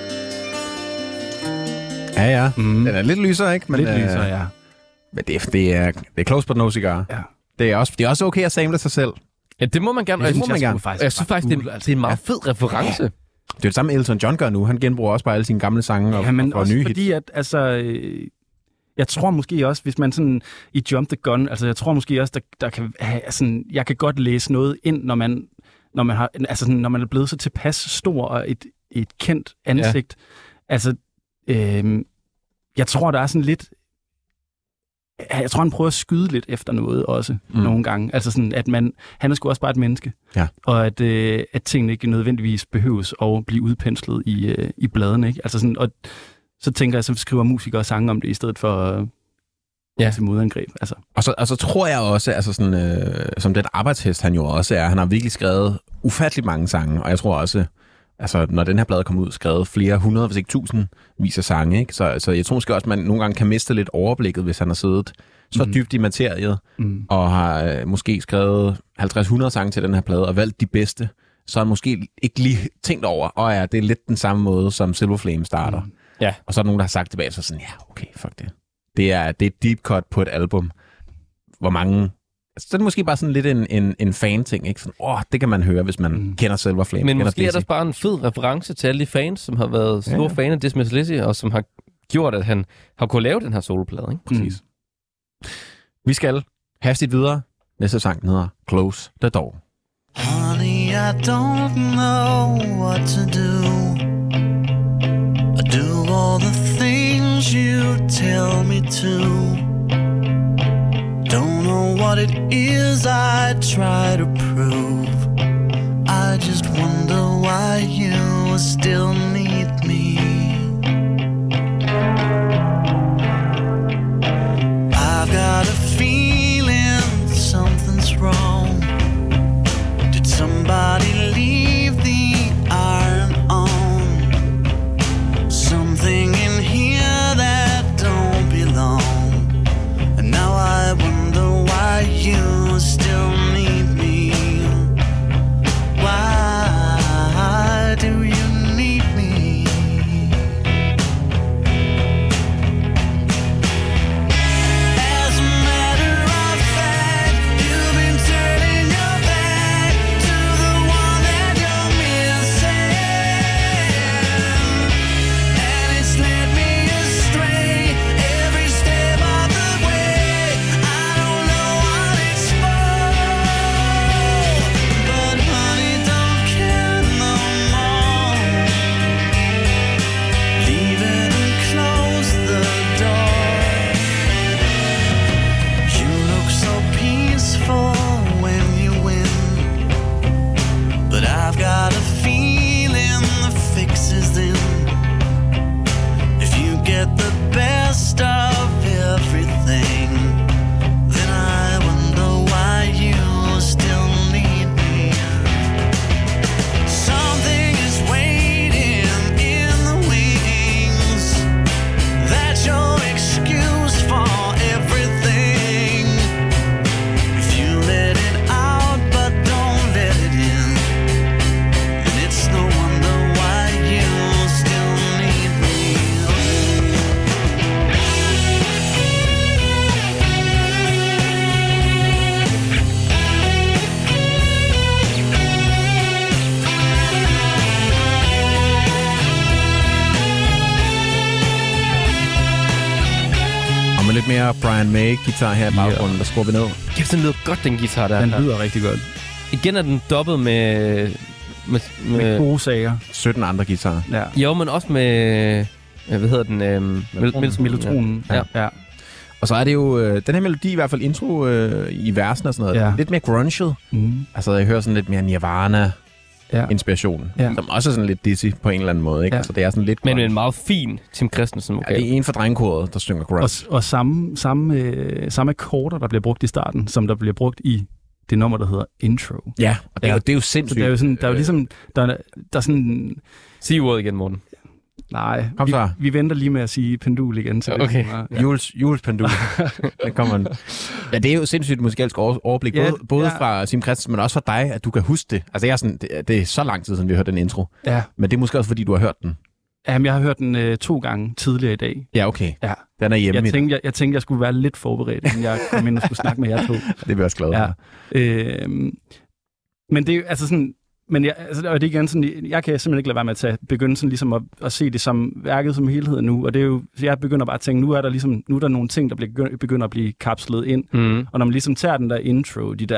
Ja. Den er lidt lysere, ikke? Men, lidt lysere, ja. Men det er close but no cigar. Ja. Det er også okay at samle sig selv. Ja, det må man gerne. Ja, det må man gerne. Jeg synes faktisk, det er en meget fed reference. Ja. Det er det samme, Elton John gør nu. Han genbruger også bare alle sine gamle sange og men også nye fordi, at altså... Jeg tror måske også, hvis man sådan i Jump the Gun, altså jeg tror måske også, der kan have sådan, jeg kan godt læse noget ind, når man har, altså sådan, når man er blevet så tilpas stor og et kendt ansigt. Ja. Altså, jeg tror, der er sådan lidt, jeg tror, han prøver at skyde lidt efter noget også nogle gange. Altså sådan, at han er sgu også bare et menneske. Ja. Og at tingene ikke nødvendigvis behøves at blive udpenslet i bladene, ikke? Altså sådan, og så tænker jeg, så skriver musikere sange om det, i stedet for til modangreb. Altså. Og så tror jeg også, altså sådan, som den arbejdshest han jo også er, han har virkelig skrevet ufattelig mange sange, og jeg tror også, altså når den her plade kom ud, skrevet flere hundrede, hvis ikke tusindvis af sange, ikke? Så jeg tror måske også, man nogle gange kan miste lidt overblikket, hvis han har siddet så dybt i materiet, og har måske skrevet 50-100 sange til den her plade, og valgt de bedste, så har han måske ikke lige tænkt over, det er lidt den samme måde, som Silver Flame starter. Ja. Og så er der nogen, der har sagt tilbage, så sådan, ja, okay, fuck det. Det er et deep cut på et album. Hvor mange... Altså, så er det måske bare sådan lidt en fan-ting, ikke? Sådan, det kan man høre, hvis man kender Silver Flame. Men måske er der bare en fed reference til alle de fans, som har været store fan af Dismiss Lizzy, og som har gjort, at han har kunnet lave den her soloplade, ikke? Præcis. Vi skal hastigt videre. Næste sang hedder Close the Door. Honey, I don't know what to do. I do all the things you tell me to. Don't know what it is I try to prove. I just wonder why you still need me. I've got a feeling something's wrong. Did somebody leave the iron on? Something in here that don't belong. And now I wonder why you still need me. Why do you need me? lidt mere Brian May-guitar her i baggrunden, der skruer vi ned. Kæft, den lyder godt, den guitar der. Den lyder rigtig godt. Igen er den dobbelt med gode sager. 17 andre guitarer. Ja. Jo, men også med... hvad hedder den? Mellotronen. Ja. Og så er det jo den her melodi, i hvert fald intro i versen og sådan noget, lidt mere grunget. Altså, jeg hører sådan lidt mere Nirvana-inspiration, som også er sådan lidt dizzy på en eller anden måde, ikke? Altså, det er sådan lidt men en meget fin Tim Christensen vokal. Ja, det er en fra drengkoret, der synger grunge. Og samme akkorder, der bliver brugt i starten, som der bliver brugt i det nummer, der hedder intro. Ja, og det er jo sindssygt. Det er jo sådan, der er jo ligesom... Der er sådan... Sig ordet igen, Morten. Nej, kom så. Vi venter lige med at sige pendul igen. Til okay. Jules pendul. Det kommer ja, det er jo sindssygt musikalsk overblik, både fra Tim Christensen, men også fra dig, at du kan huske det. Altså, jeg er sådan, det er så lang tid siden, vi har hørt den intro. Ja. Men det er måske også, fordi du har hørt den. Jamen, jeg har hørt den 2 gange tidligere i dag. Ja, okay. Ja. Den er hjemme. Jeg tænkte, jeg skulle være lidt forberedt, inden jeg kom ind og skulle snakke med jer 2. Det bliver jeg også glad for. Ja. Men det er jo altså sådan... Men og det er igen sådan, jeg kan simpelthen ikke lade være med at begynde sådan ligesom at se det som værket som helhed nu. Og det er jo, så jeg begynder bare at tænke, nu er der nogle ting, der begynder at blive kapslet ind. Og når man ligesom tager den der intro, de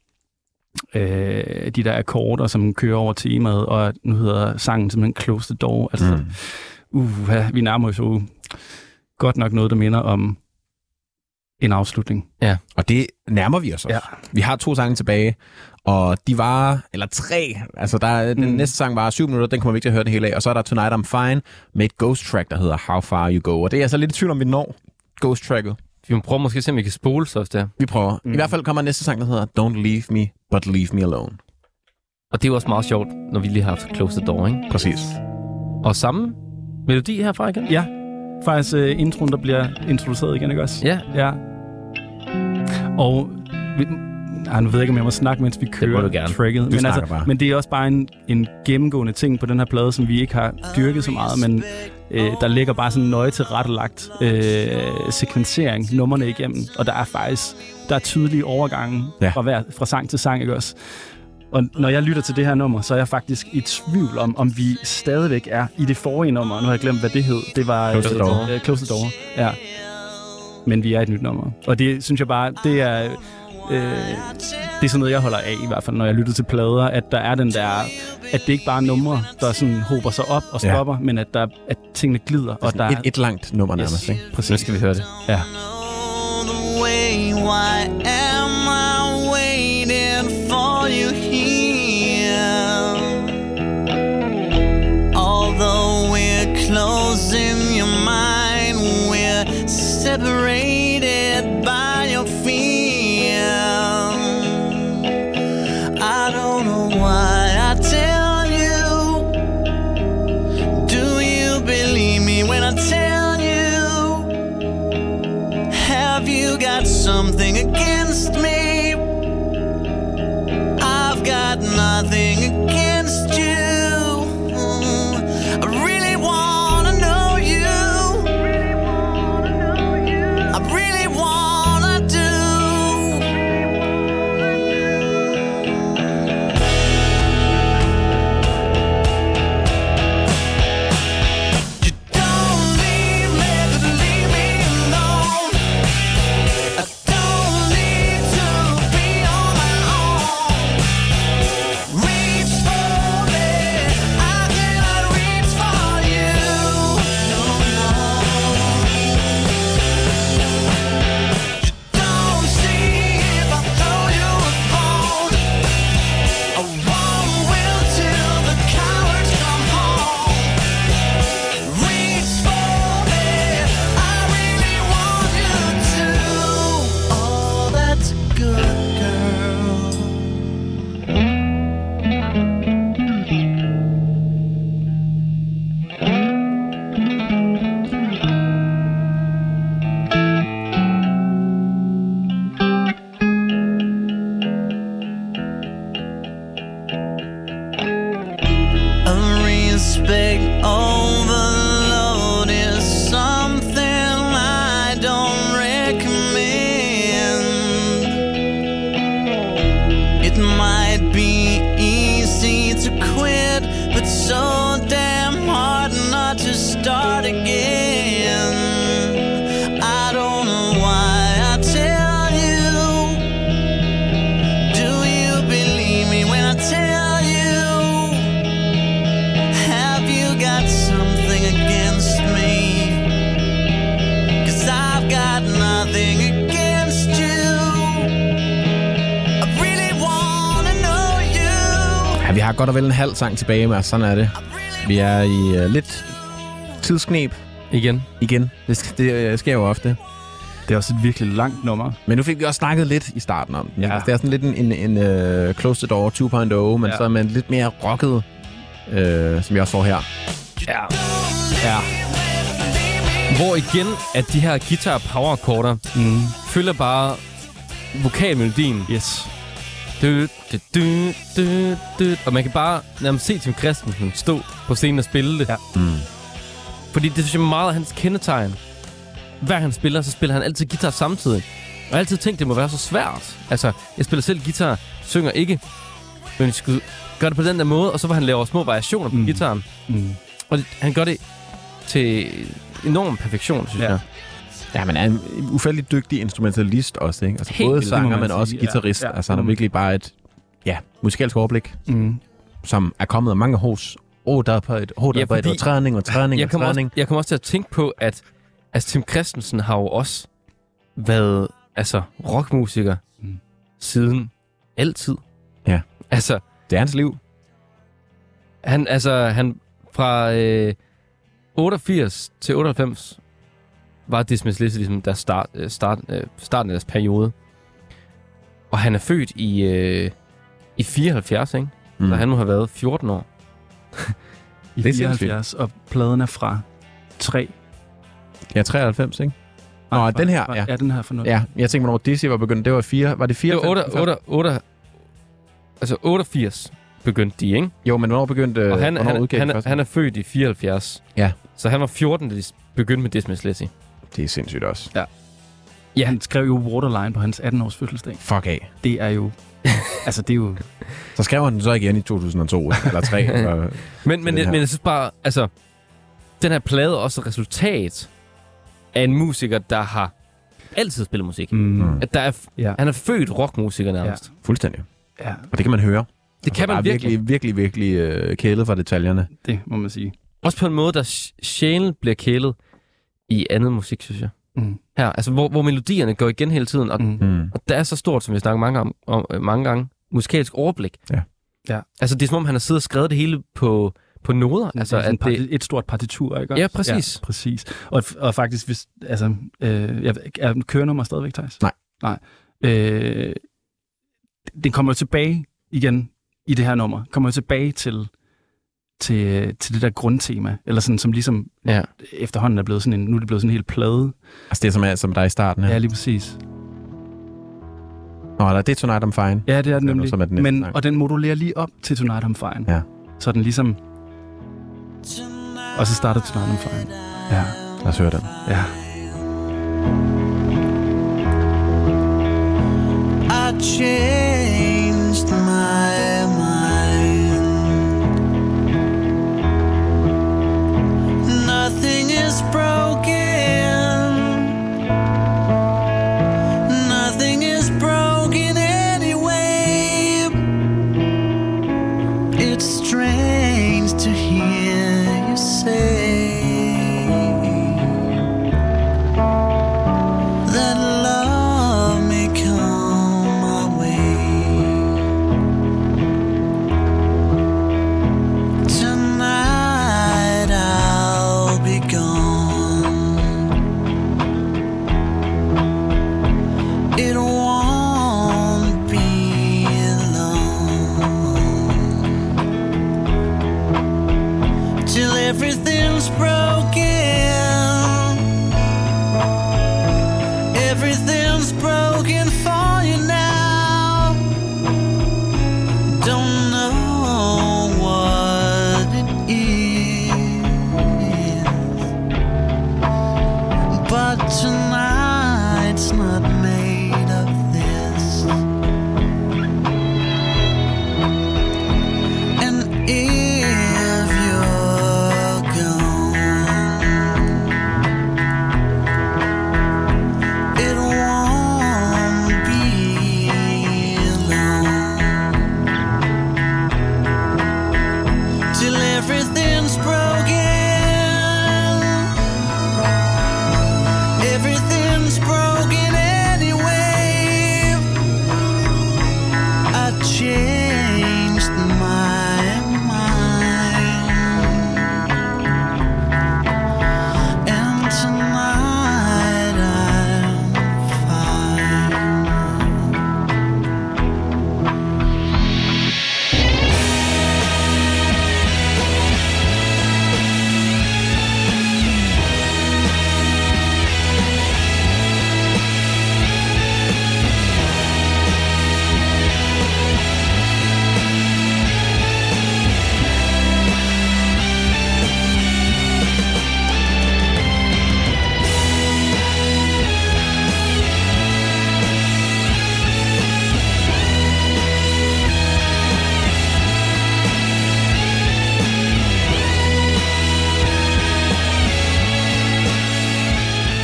der akkorder, som kører over temaet, og nu hedder sangen simpelthen Close the Door. Altså, vi nærmer os jo godt nok noget, der minder om en afslutning. Ja, og det nærmer vi os også. Ja. Vi har 2 sange tilbage, og de var, eller 3, altså den næste sang var 7 minutter, den kommer vi ikke til at høre det hele af, og så er der Tonight I'm Fine med et ghost track, der hedder How Far You Go, og det er altså lidt i tvivl om, vi når ghost tracket. Vi prøver måske se, om vi kan spole så der. Vi prøver. I hvert fald kommer næste sang, der hedder Don't Leave Me, But Leave Me Alone. Og det er jo også meget sjovt, når vi lige har haft Close the Door, ikke? Præcis. Og samme melodi herfra igen? Ja, faktisk introen, der bliver introduceret igen, ikke også? Ja. Og nu ved jeg ikke, om jeg må snakke, mens vi kører tracket. Men det er også bare en gennemgående ting på den her plade, som vi ikke har dyrket så meget, men der ligger bare sådan nøje tilrettelagt sekvensering nummerne igennem, og der er tydelige overgange fra sang til sang, ikke også? Og når jeg lytter til det her nummer, så er jeg faktisk i tvivl om vi stadigvæk er i det forrige nummer. Nu har jeg glemt, hvad det hed. Det var Close the Door. Ja. Men vi er et nyt nummer. Og det synes jeg bare, det er sådan noget, jeg holder af i hvert fald, når jeg lytter til plader, at der er den der, at det ikke bare er numre, der sådan hober sig op og stopper, men at tingene glider. Og der er et langt nummer nærmest, ikke? Præcis. Nu skal vi høre det. Ja. For you here, although we're close in your mind, we're separated by your fear. I don't know why I tell you. Do you believe me when I tell you? Have you got something against me? Got nothing against you. I really wanna know you. I really wanna do. You don't leave me, but leave me alone. I don't need to be on my own. Reach for me, I cannot reach for you. No, no. You don't see if I throw you a bone. I won't will till the cowards come home. Reach for me, I really want you to. Oh, that's a good girl. A respect overload is something I don't recommend. It might be easy to quit, but so damn hard not to start again. I don't know godt og vel en halv sang tilbage, men sådan er det. Vi er i lidt tidskneb. Igen. Det sker jo ofte. Det er også et virkelig langt nummer. Men nu fik vi også snakket lidt i starten om den. Ja. Det er sådan lidt en Close the Door 2.0, men så er man lidt mere rocket, som jeg også får her. Ja. Hvor igen, at de her guitar power akkorder følger bare vokalmelodien. Yes. Og man kan bare nærmest se Tim Christensen stå på scenen og spille det. Ja. Fordi det synes jeg meget af hans kendetegn. Hver han spiller, så spiller han altid guitar samtidig. Og jeg har altid tænkt, det må være så svært. Altså, jeg spiller selv guitar, synger ikke. Men jeg skulle gøre det på den der måde, og så var han laver små variationer på guitaren. Og han gør det til enorm perfektion, synes jeg. Ja, man er en ufærdig dygtig instrumentalist også, ikke? Altså både sanger, men også guitarist. Ja. Altså han er virkelig bare et musikalsk overblik, som er kommet af mange hos. Der er på et træning. Jeg kommer også til at tænke på, at Tim Christensen har jo også været rockmusiker siden altid. Ja. Altså, det er hans liv. Han fra 88 til 98 var Dismiss Lizzy ligesom der starten af deres periode. Og han er født i 74, ikke? Så han må have været 14 år. I 74, og pladen er fra 3. Ja, 93, ikke? Nå, den her, ja. Ja, den her for noget. Ja, jeg tænker, hvornår Dizzy var begyndt. Det var 4, var det 4? Det var 88 begyndte de, ikke? Jo, men hvornår begyndte... Og han er født i 74. Ja. Så han var 14, da de begyndte med Dismiss Lizzy. Det er sindssygt også. Ja. Ja, han skrev jo Waterline på hans 18-års fødselsdag. Fuck af. Det er jo... altså, det er jo... Så skrev han den så igen i 2002, eller 3. men jeg synes bare, altså... Den her plade er også et resultat af en musiker, der har altid spillet musik. At der er, han er født rockmusiker nærmest. Ja. Fuldstændig. Ja. Og det kan man høre. Det kan man virkelig kælet fra detaljerne. Det må man sige. Også på en måde, der sjældent bliver kælet i andet musik, synes jeg. Her, altså hvor melodierne går igen hele tiden, og der er så stort, som vi snakker mange gange, musikalsk overblik. Ja. Altså det er som om, han har siddet og skrevet det hele på noder. Altså, at et stort partitur, ikke? Ja, præcis. Ja, præcis. Og faktisk, hvis... Altså, er kørenummer stadigvæk, Theis? Nej. Det kommer jo tilbage igen i det her nummer. Kommer jo tilbage til det der grundtema. Eller sådan, som ligesom efterhånden er blevet sådan nu er det blevet sådan en hel plade. Altså det, som der er i starten her? Ja, lige præcis. Nå, eller det er Tonight I'm Fine. Ja, det er den nemlig. Og den modulerer lige op til Tonight I'm Fine. Ja. Så den ligesom... Og så starter Tonight I'm Fine. Ja. Lad os høre den. Ja. I changed my mind. Nothing is broken. Nothing is broken anyway. It's strange to hear you say that love may come my way.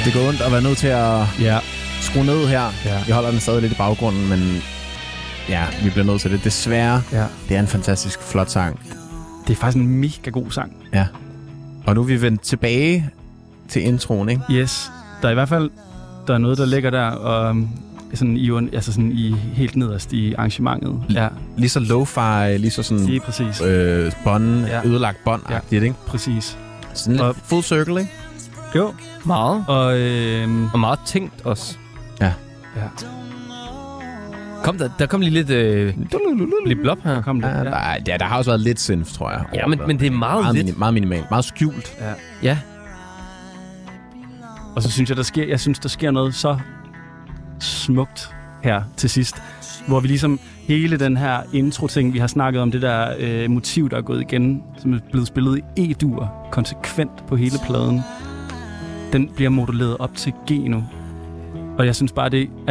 Det går ondt at være nødt til at skrue ned her. Ja. Vi holder den stadig lidt i baggrunden, men ja, vi bliver nødt til det. Desværre, det er en fantastisk flot sang. Det er faktisk en mega god sang. Ja. Og nu er vi vendt tilbage til introen, ikke? Yes. Der er i hvert fald noget, der ligger der, og sådan i helt nederst i arrangementet. Ja. Lige så lo-fi, lige så sådan... Det er præcis. Bånd, ødelagt bånd-agtigt, ikke? Præcis. Sådan lidt full circle, ikke? Jo. Meget. Og meget tænkt også. Ja. Der kom lige lidt blop her. Der har også været lidt synth, tror jeg. Ja, men det er meget lidt. Meget minimalt. Meget skjult. Ja. Og så synes jeg, der sker noget så smukt her til sidst, hvor vi ligesom hele den her intro-ting, vi har snakket om, det der motiv, der er gået igen, som er blevet spillet i E-dur konsekvent på hele pladen, den bliver moduleret op til G nu. Og jeg synes bare,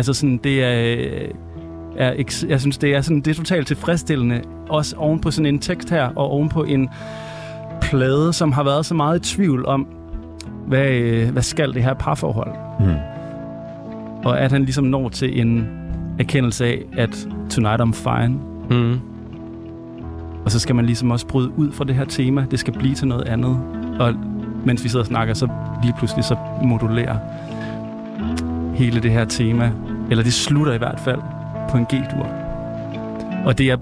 jeg synes, det er totalt tilfredsstillende, også oven på sådan en tekst her, og oven på en plade, som har været så meget i tvivl om, hvad skal det her parforhold? Og at han ligesom når til en erkendelse af, at tonight I'm fine. Og så skal man ligesom også bryde ud fra det her tema. Det skal blive til noget andet. Og mens vi sidder og snakker, så lige pludselig så modulerer hele det her tema. Eller det slutter i hvert fald på en G-dur. Og det er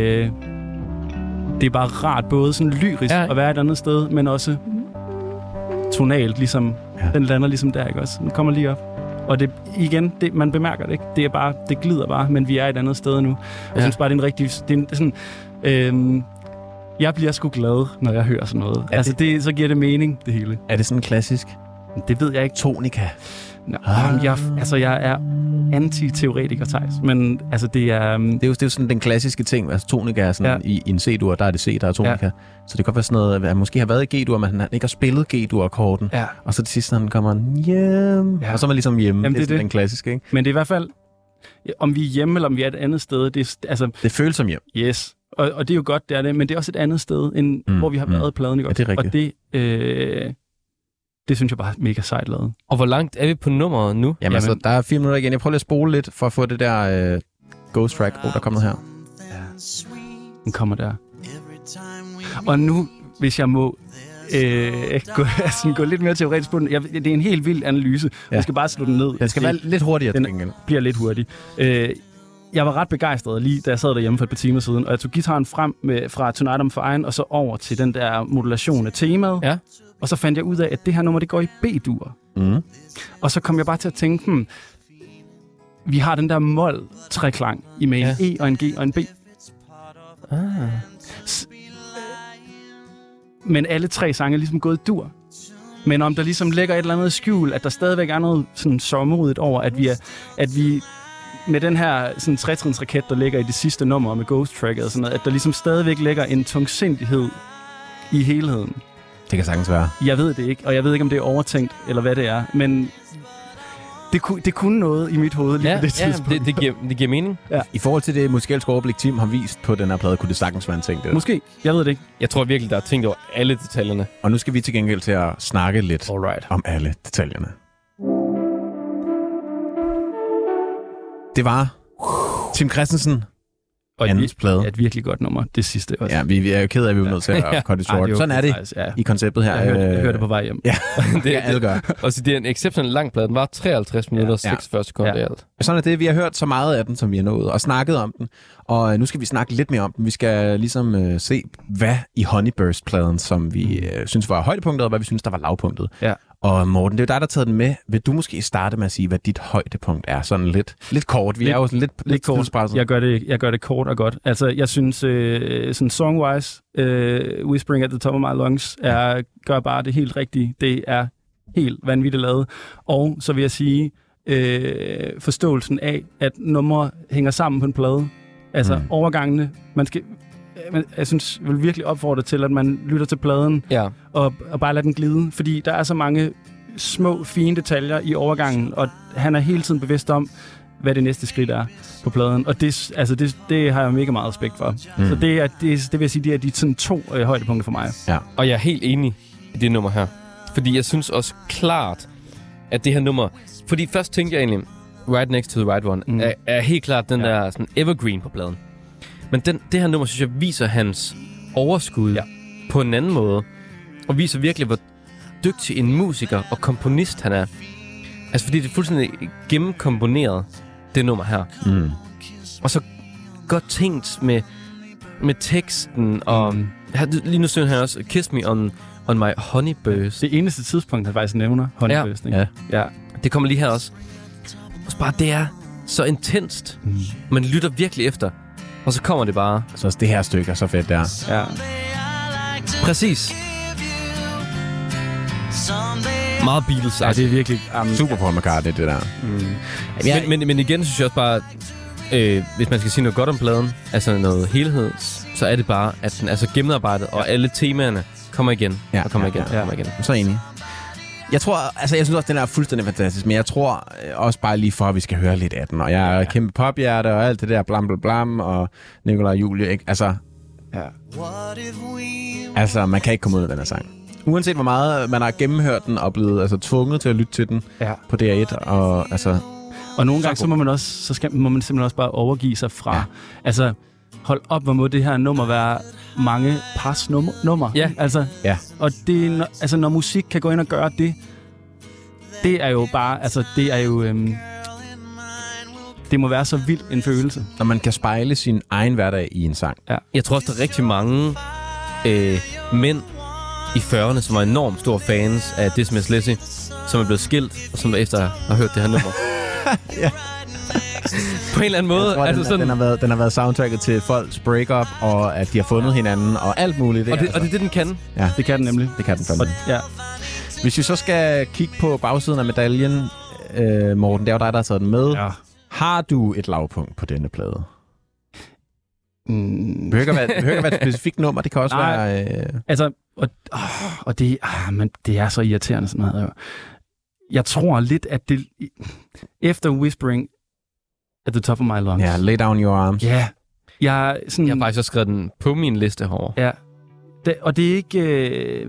bare rart, både sådan lyrisk at være et andet sted, men også tonalt, ligesom. Den lander ligesom der, ikke også? Den kommer lige op. Og det igen, man bemærker det ikke. Det glider bare, men vi er et andet sted nu. Jeg synes bare, det er en rigtig... Det er sådan, jeg bliver sgu glad, når jeg hører sådan noget. Så giver det mening, det hele. Er det sådan klassisk? Det ved jeg ikke. Tonika. Jeg er anti-teoretiker, Theis, men altså det er... Det er jo sådan den klassiske ting, altså tonika er sådan i en C-dur, der er det C, der er tonika. Så det kan godt være sådan noget, at måske har været i G-dur, men han ikke har spillet G-dur-akkorden, og så til sidst, han kommer hjem, og så er man ligesom hjemme. Jamen, det er den klassiske, ikke? Men det er i hvert fald, om vi er hjemme, eller om vi er et andet sted, det føles som hjem. Yes, og det er jo godt, det er det, men det er også et andet sted, end hvor vi har været pladen, ikke? Ja, det er rigtigt. Og det synes jeg bare er mega sejt lavet. Og hvor langt er vi på nummeret nu? Jamen altså, der er 4 minutter igen. Jeg prøver lige at spole lidt, for at få det der ghost track. Der kommer noget her. Ja. Den kommer der. Og nu, hvis jeg må gå lidt mere teoretisk på den. Det er en helt vild analyse. Jeg skal bare slå den ned. Den skal være lidt hurtigere. Den bliver lidt hurtig. Jeg var ret begejstret lige, da jeg sad derhjemme for et par timer siden, og jeg tog gitaren frem fra Tonight I'm Fine, og så over til den der modulation af temaet. Ja. Og så fandt jeg ud af, at det her nummer, det går i B-dur. Og så kom jeg bare til at tænke, vi har den der mol-treklang i med en E og en G og en B. Men alle 3 sange er ligesom gået i dur. Men om der ligesom ligger et eller andet skjul, at der stadigvæk er noget sådan sommeruddet over, at vi med den her sådan 3-trinsraket, der ligger i det sidste nummer med Ghost Tracket og sådan noget, at der ligesom stadigvæk ligger en tungsindighed i helheden. Det kan sagtens være. Jeg ved det ikke, og jeg ved ikke, om det er overtænkt, eller hvad det er, men det kunne noget i mit hoved lige på det tidspunkt. Det giver mening. Ja. I forhold til det musikalske overblik, Tim har vist på den her plade, kunne det sagtens være en ting. Det. Måske. Jeg ved det ikke. Jeg tror virkelig, der er tænkt over alle detaljerne. Og nu skal vi til gengæld til at snakke lidt om alle detaljerne. Det var Tim Christensen. Og et virkelig godt nummer, det sidste også. Ja, vi er jo ked af, at vi er nødt til at cut it short. Sådan er det i konceptet her. Jeg hørte det på vej hjem. Ja, det er alle gør. Og så det er en exceptionelt lang plade. Den var 53 minutter og 46 sekunder i alt. Sådan er det. Vi har hørt så meget af den, som vi har nået, og snakket om den. Og nu skal vi snakke lidt mere om den. Vi skal ligesom se, hvad i Honeyburst-pladen, som vi synes var højdepunktet, og hvad vi synes, der var lavpunktet. Ja. Og Morten, det er jo dig, der har taget den med. Vil du måske starte med at sige, hvad dit højdepunkt er? Sådan lidt kort. Vi er jo sådan lidt kort. Jeg gør det kort og godt. Altså, jeg synes, sådan songwise, Whispering at the Top of My Lungs, gør bare det helt rigtige. Det er helt vanvittigt lavet. Og så vil jeg sige, forståelsen af, at numre hænger sammen på en plade. Altså, overgangene. Jeg synes, jeg vil virkelig opfordre til, at man lytter til pladen og bare lader den glide, fordi der er så mange små, fine detaljer i overgangen, og han er hele tiden bevidst om, hvad det næste skridt er på pladen, og det har jeg mega meget respekt for. Så det vil jeg sige, det er de sådan 2 højdepunkter for mig. Ja. Og jeg er helt enig i det nummer her, fordi jeg synes også klart, at det her nummer... Fordi først tænkte jeg egentlig, Right Next to the Right One, er helt klart den der sådan evergreen på pladen. Men det her nummer, synes jeg, viser hans overskud på en anden måde. Og viser virkelig, hvor dygtig en musiker og komponist han er. Altså, fordi det er fuldstændig gennemkomponeret, det nummer her. Og så godt tænkt med teksten, og lige nu synger han også Kiss Me on My Honeyburst. Det eneste tidspunkt, han faktisk nævner Honeyburst. Ja. Det kommer lige her også. Og bare, det er så intenst. Man lytter virkelig efter. Og så kommer det bare. Så det her stykke er så fedt der. Ja. Præcis. Meget Beatles. Ja, det er virkelig... Super Paul McCartney, det der. Men igen synes jeg også bare, hvis man skal sige noget godt om pladen, altså noget helhed, så er det bare, at den er så gennemarbejdet, og alle temaerne kommer igen. Og kommer igen. Så enig. Jeg synes også, den er fuldstændig fantastisk, men jeg tror også bare lige for, at vi skal høre lidt af den. Og jeg er kæmpe pophjerte og alt det der blam blam blam, og Nikolaj og Julie, ikke? Altså, man kan ikke komme ud af den her sang. Uanset hvor meget man har gennemhørt den og blevet tvunget til at lytte til den på DR1. Og nogle gange så må man simpelthen også bare overgive sig fra. Ja. Altså, hold op, hvor må det her nummer være mange pars nummer. Ja. Og det, når musik kan gå ind og gøre det, det er jo bare, det må være så vild en følelse. Når man kan spejle sin egen hverdag i en sang. Ja. Jeg tror også, der er rigtig mange mænd i 40'erne, som var enormt store fans af Dismas Lizzy, som er blevet skilt, og som efter har hørt det her nummer. På en eller anden måde. Jeg tror, den har været soundtracket til folks breakup, og at de har fundet hinanden, og alt muligt. Og det er det, den kan. Ja. Det kan den nemlig. Det kan den fandme. Hvis vi så skal kigge på bagsiden af medaljen, Morten, det er jo dig, der har taget den med. Ja. Har du et lavpunkt på denne plade? Det behøver ikke være et specifikt nummer, det kan også være... Og det, men det er så irriterende sådan noget. Jeg tror lidt, at det... Efter Whispering at the Top of My Lungs... Ja, Lay Down Your Arms. Ja. Jeg har faktisk også skrevet den på min liste herovre. Ja. Og det er ikke...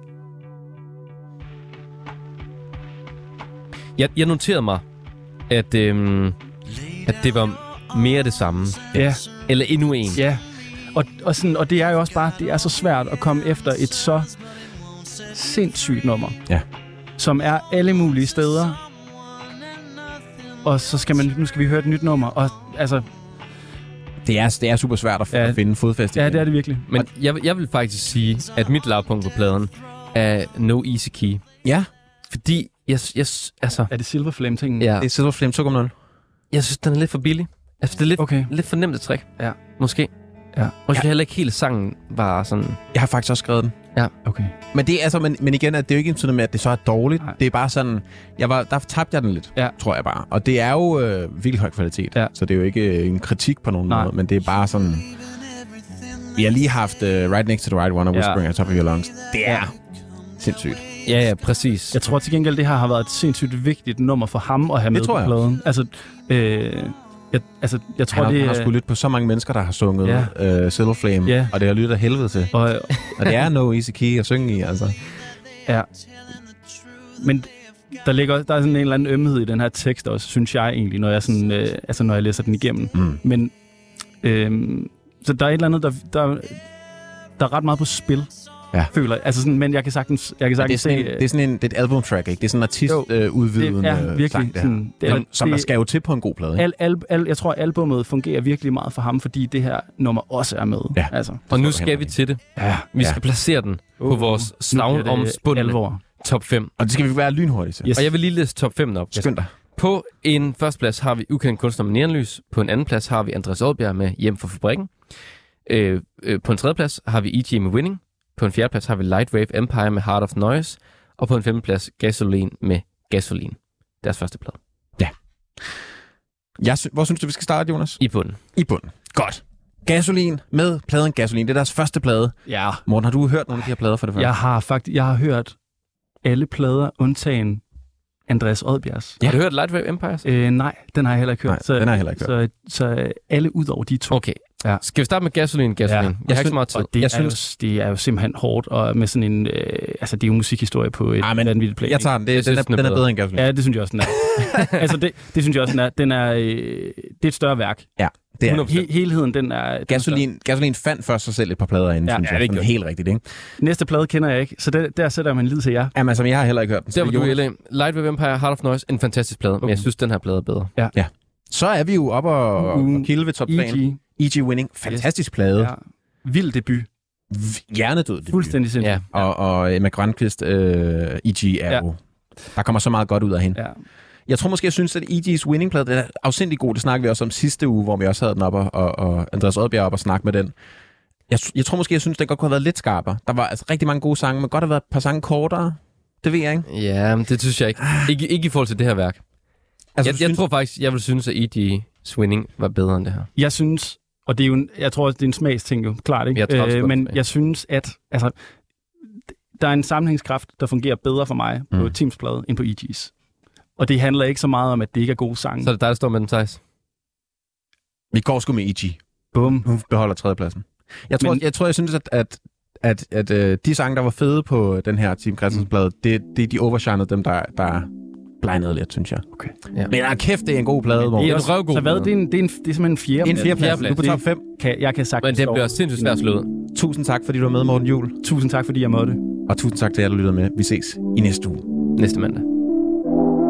Jeg noterede mig, at det var mere det samme. Ja. Eller endnu en. Ja. Og det er jo også bare, det er så svært at komme efter et så sindssygt nummer. Ja. Som er alle mulige steder. Og så nu skal vi høre et nyt nummer. Og altså... Det er super svært at finde fodfæste. Ja, det er det virkelig. Men jeg vil faktisk sige, at mit lavpunkt på pladen er No Easy Key. Ja. Fordi Er det Silver Flame-tingen? Ja. Det er Silver Flame 2.0. Jeg synes, den er lidt for billig. Altså, det er lidt for nemt at trække. Ja. Måske. Ja. Og jeg heller ikke hele sangen var sådan... Jeg har faktisk også skrevet den. Ja. Okay. Men det er men igen, at det er jo ikke sådan med, at det så er dårligt. Nej. Det er bare sådan... Der tabte jeg den lidt, tror jeg bare. Og det er jo vildt høj kvalitet. Ja. Så det er jo ikke en kritik på nogen måde, men det er bare sådan... Vi har lige haft Right Next to the Right One og Whispering at the Top of Your Lungs. Det er sindssygt. Ja, præcis. Jeg tror til gengæld, det her har været et sindssygt vigtigt nummer for ham at have med på pladen. Altså, jeg tror, han har skulle lytte på så mange mennesker, der har sunget Silver Flame, og det har lyttet af helvede til. Og det er No Easy Key at synge i, altså. Ja. Men der er sådan en eller anden ømhed i den her tekst også, synes jeg egentlig, når jeg sådan, når jeg læser den igennem. Men så der er et eller andet, der er ret meget på spil. Ja. Føler jeg. Altså sådan, men jeg kan sagtens se... Det er sådan det er et albumtrack, ikke? Det er sådan en artistudvidende virkelig sang, det her. Som der skal jo til på en god plade. Jeg tror, at albumet fungerer virkelig meget for ham, fordi det her nummer også er med. Ja. Altså. Og nu skal vi til det. Ja. Vi skal placere den på vores savnomspundne top 5. Og det skal vi være lynhurtigt til. Yes. Og jeg vil lige læse top 5 op. Skynd dig. På en førsteplads har vi Ukendt kunstner med neonlys. På en anden plads har vi Andreas Odbjerg med Hjem fra fabrikken. På en tredje plads har vi E.G. med Winning. På en fjerde plads har vi Lightwave Empire med Heart of Noise. Og på en femte plads Gasoline med Gasoline. Deres første plade. Ja. Hvor synes du, vi skal starte, Jonas? I bunden. I bunden. Godt. Gasoline med pladen Gasoline. Det er deres første plade. Ja. Morten, har du hørt nogle af de her plader for det første? Jeg har hørt alle plader, undtagen Andreas Odbjergs. Ja. Har du hørt Lightwave Empire? Nej, den har jeg heller ikke hørt. Nej, den har jeg heller ikke hørt. Så alle ud over de to. Okay. Ja. Skal vi starte med Gasoline? Ja. Jeg har ikke så meget tid. Det er jo simpelthen hårdt, og med sådan en... altså, det er jo musikhistorie på et vanvittigt plan. Jeg tager den. Den er bedre end Gasoline. Ja, det synes jeg også, den er. altså, det synes jeg også, den er. Det er et større værk. Ja, det er helheden, den er... Gasoline fandt først sig selv et par plader inden, synes jeg. Det er helt rigtigt, ikke? Næste plade kender jeg ikke, så der sætter man lid til jer. Jamen, altså, jeg har heller ikke hørt den. Der var du, LA. Light with Vampire, Heart of Noise, en fantastisk plade, men jeg synes, den her plade er bedre. Ja. Så er vi jo oppe og kilde ved top 3. E.G. Winning. Fantastisk plade. Ja. Vild debut. Hjernedød debut. Fuldstændig sindssygt. Ja. Og Emma Grønqvist, E.G. er jo... Der kommer så meget godt ud af hende. Ja. Jeg tror måske, jeg synes, at E.G.'s Winning-plade er afsindig god. Det snakkede vi også om sidste uge, hvor vi også havde den op, og Andreas Oddbjerg op og snakke med den. Jeg tror måske, jeg synes, den godt kunne have været lidt skarpere. Der var altså rigtig mange gode sange, men godt have været et par sange kortere. Det ved jeg ikke. Ja, men det synes jeg ikke. Ikke i forhold til det her værk. Altså, jeg tror faktisk, jeg vil synes, at E.G.'s Winning var bedre end det her. Jeg synes, og det er jo jeg tror også, det er en smagsting jo, klart, ikke? Men jeg synes, at altså, der er en sammenhængskraft, der fungerer bedre for mig på Teams plade end på E.G.'s. Og det handler ikke så meget om, at det ikke er gode sange. Så er det dig, der står med den, Thijs? Vi går sgu med E.G. Bum. Hun beholder tredjepladsen. Jeg synes, at de sange, der var fede på den her Team Christens plade, de overshinede dem, der blindede lidt, synes jeg. Okay. Ja. Men kæft, det er en god plade. Det er også røvgod. Så hvad? Det er simpelthen en fjerde. En fjerdeplads. Du er på top 5. Jeg kan sagtens. Men det bliver sindssygt svært slået. Tusind tak, fordi du var med, Morten Juhl. Tusind tak, fordi jeg måtte. Og tusind tak til jer, der lyttede med. Vi ses i næste uge. Næste mandag.